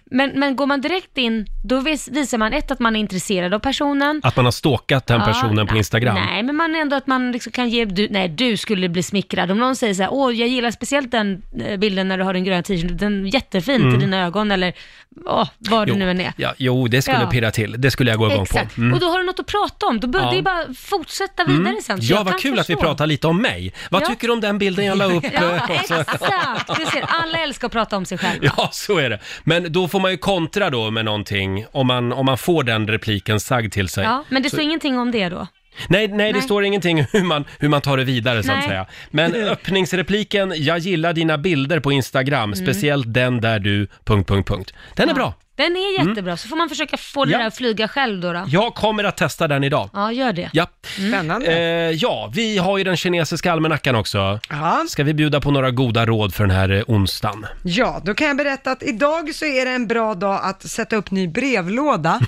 Men, men går man direkt in, då vis, visar man ett att man är intresserad av personen. Att man har stalkat den personen ja, på Instagram. Nej, men man ändå att man liksom kan ge, du, nej du skulle bli smickrad. Om någon säger så här, åh jag gillar speciellt den eh, bilden när du har en grön t-shirt, den är jättefin Mm. till dina ögon eller åh, vad Jo, det nu än är. ja, jo, det skulle Ja. pirra till. Det skulle jag gå igång Exakt, på. Mm. och då har du något att prata om. Då bör Ja. det är bara fortsätta vidare Mm. sen. Så Ja, jag vad kan kul att vi förstå. pratar lite om mig. Vad Ja. tycker du om den bilden jag la upp? Ja, Och så- exakt. Du ser, alla älskar att prata om sig själva. Ja, så är det. Men då får man ju kontra då med någonting om man, om man får den repliken sagd till sig. Ja, men det Så- står ingenting om det då. Nej, nej, det Nej. står ingenting hur man, hur man tar det vidare så att Nej. säga. Men öppningsrepliken, jag gillar dina bilder på Instagram, Mm. speciellt den där du... Punkt, punkt, punkt. Den är bra. Den är jättebra, så får man försöka få det Ja. där att flyga själv då. då. Jag kommer att testa den idag. Ja, gör det. Ja. Spännande. Eh, ja, vi har ju den kinesiska almanackan också. Ska vi bjuda på några goda råd för den här eh, onsdagen? Ja, då kan jag berätta att idag så är det en bra dag att sätta upp ny brevlåda.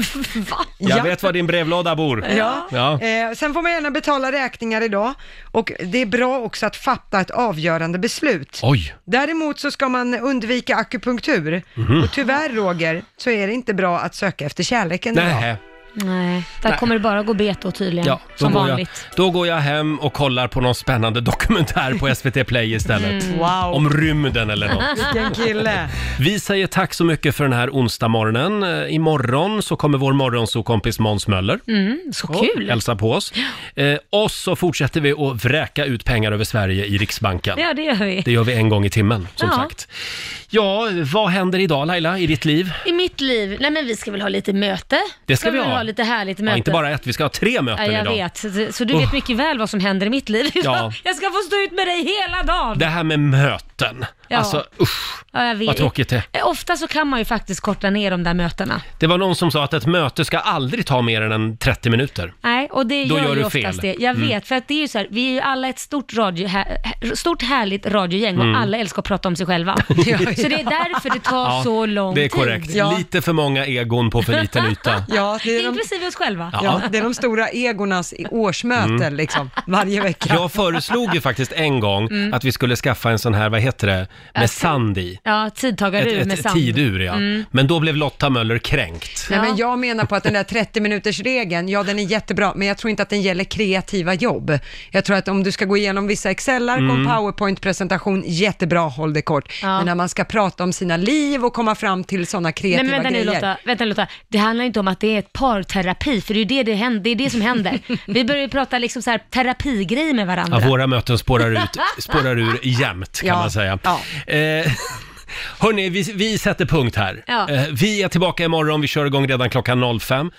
Jag vet var din brevlåda bor. Ja. Ja. Eh, sen får man gärna betala räkningar idag och det är bra också att fatta ett avgörande beslut. Oj. Däremot så ska man undvika akupunktur Mhm. och tyvärr Roger så är det inte bra att söka efter kärleken idag. Nej. Nej, där Nej. kommer det bara gå bet då tydligen, Ja, då som går, vanligt. jag, då går jag hem och kollar på någon spännande dokumentär på S V T Play istället. Mm. Wow. Om rymden eller något. Vilken kille. Vi säger tack så mycket för den här onsdagmorgonen. Eh, Imorgon så kommer vår morgonsokompis Måns Möller Mm, så kul. hälsa på oss. Eh, och så fortsätter vi att vräka ut pengar över Sverige i Riksbanken. Ja, det gör vi. Det gör vi en gång i timmen, som Ja. sagt. Ja, vad händer idag Laila, i ditt liv? I mitt liv, nej men vi ska väl ha lite möte. Det ska vi väl ha. ha lite härligt möte. Ja, inte bara ett, vi ska ha tre möten Ja, jag idag. vet. Så, så du Oh. vet mycket väl vad som händer i mitt liv. Ja. Jag ska få stå ut med dig hela dagen. Det här med möten, Ja. alltså usch, Ja, jag vet. vad tråkigt det är. Eh, Ofta så kan man ju faktiskt korta ner de där mötena. Det var någon som sa att ett möte ska aldrig ta mer än en trettio minuter. Nej, och det Då gör, gör ju du oftast fel. det. Jag Mm. vet, för att det är ju så här, vi är ju alla ett stort, radio, här, stort härligt radiogäng Mm. och alla älskar att prata om sig själva. Så det är därför det tar Ja, så lång det är tid. korrekt. Lite för många egon på för liten yta. Ja, det är de, Inklusive oss själva. Ja. ja, det är de stora egornas årsmöten Mm. liksom, varje vecka. Jag föreslog ju faktiskt en gång Mm. att vi skulle skaffa en sån här, vad heter det, med sand i. Ja, tidtagarur Ett, med ett sand. tidur, ja. Mm. Men då blev Lotta Möller kränkt. Nej, men jag menar på att den där trettio minuters regeln, ja den är jättebra, men jag tror inte att den gäller kreativa jobb. Jag tror att om du ska gå igenom vissa Excelar på Mm. en PowerPoint-presentation, jättebra, håll det kort. Ja. Men när man ska prata om sina liv och komma fram till sådana Nej kreativa men vänta nu grejer. Lotta, vänta Lotta, det handlar inte om att det är ett parterapi, för det är ju det, det, händer, det, är det som händer. Vi börjar ju prata liksom så här terapigrejer med varandra. Ja, våra möten spårar, ut, spårar ur jämt kan Ja, man säga. Ja. Eh, hörni, vi, vi sätter punkt här. Ja. Eh, vi är tillbaka imorgon, vi kör igång redan klockan noll fem.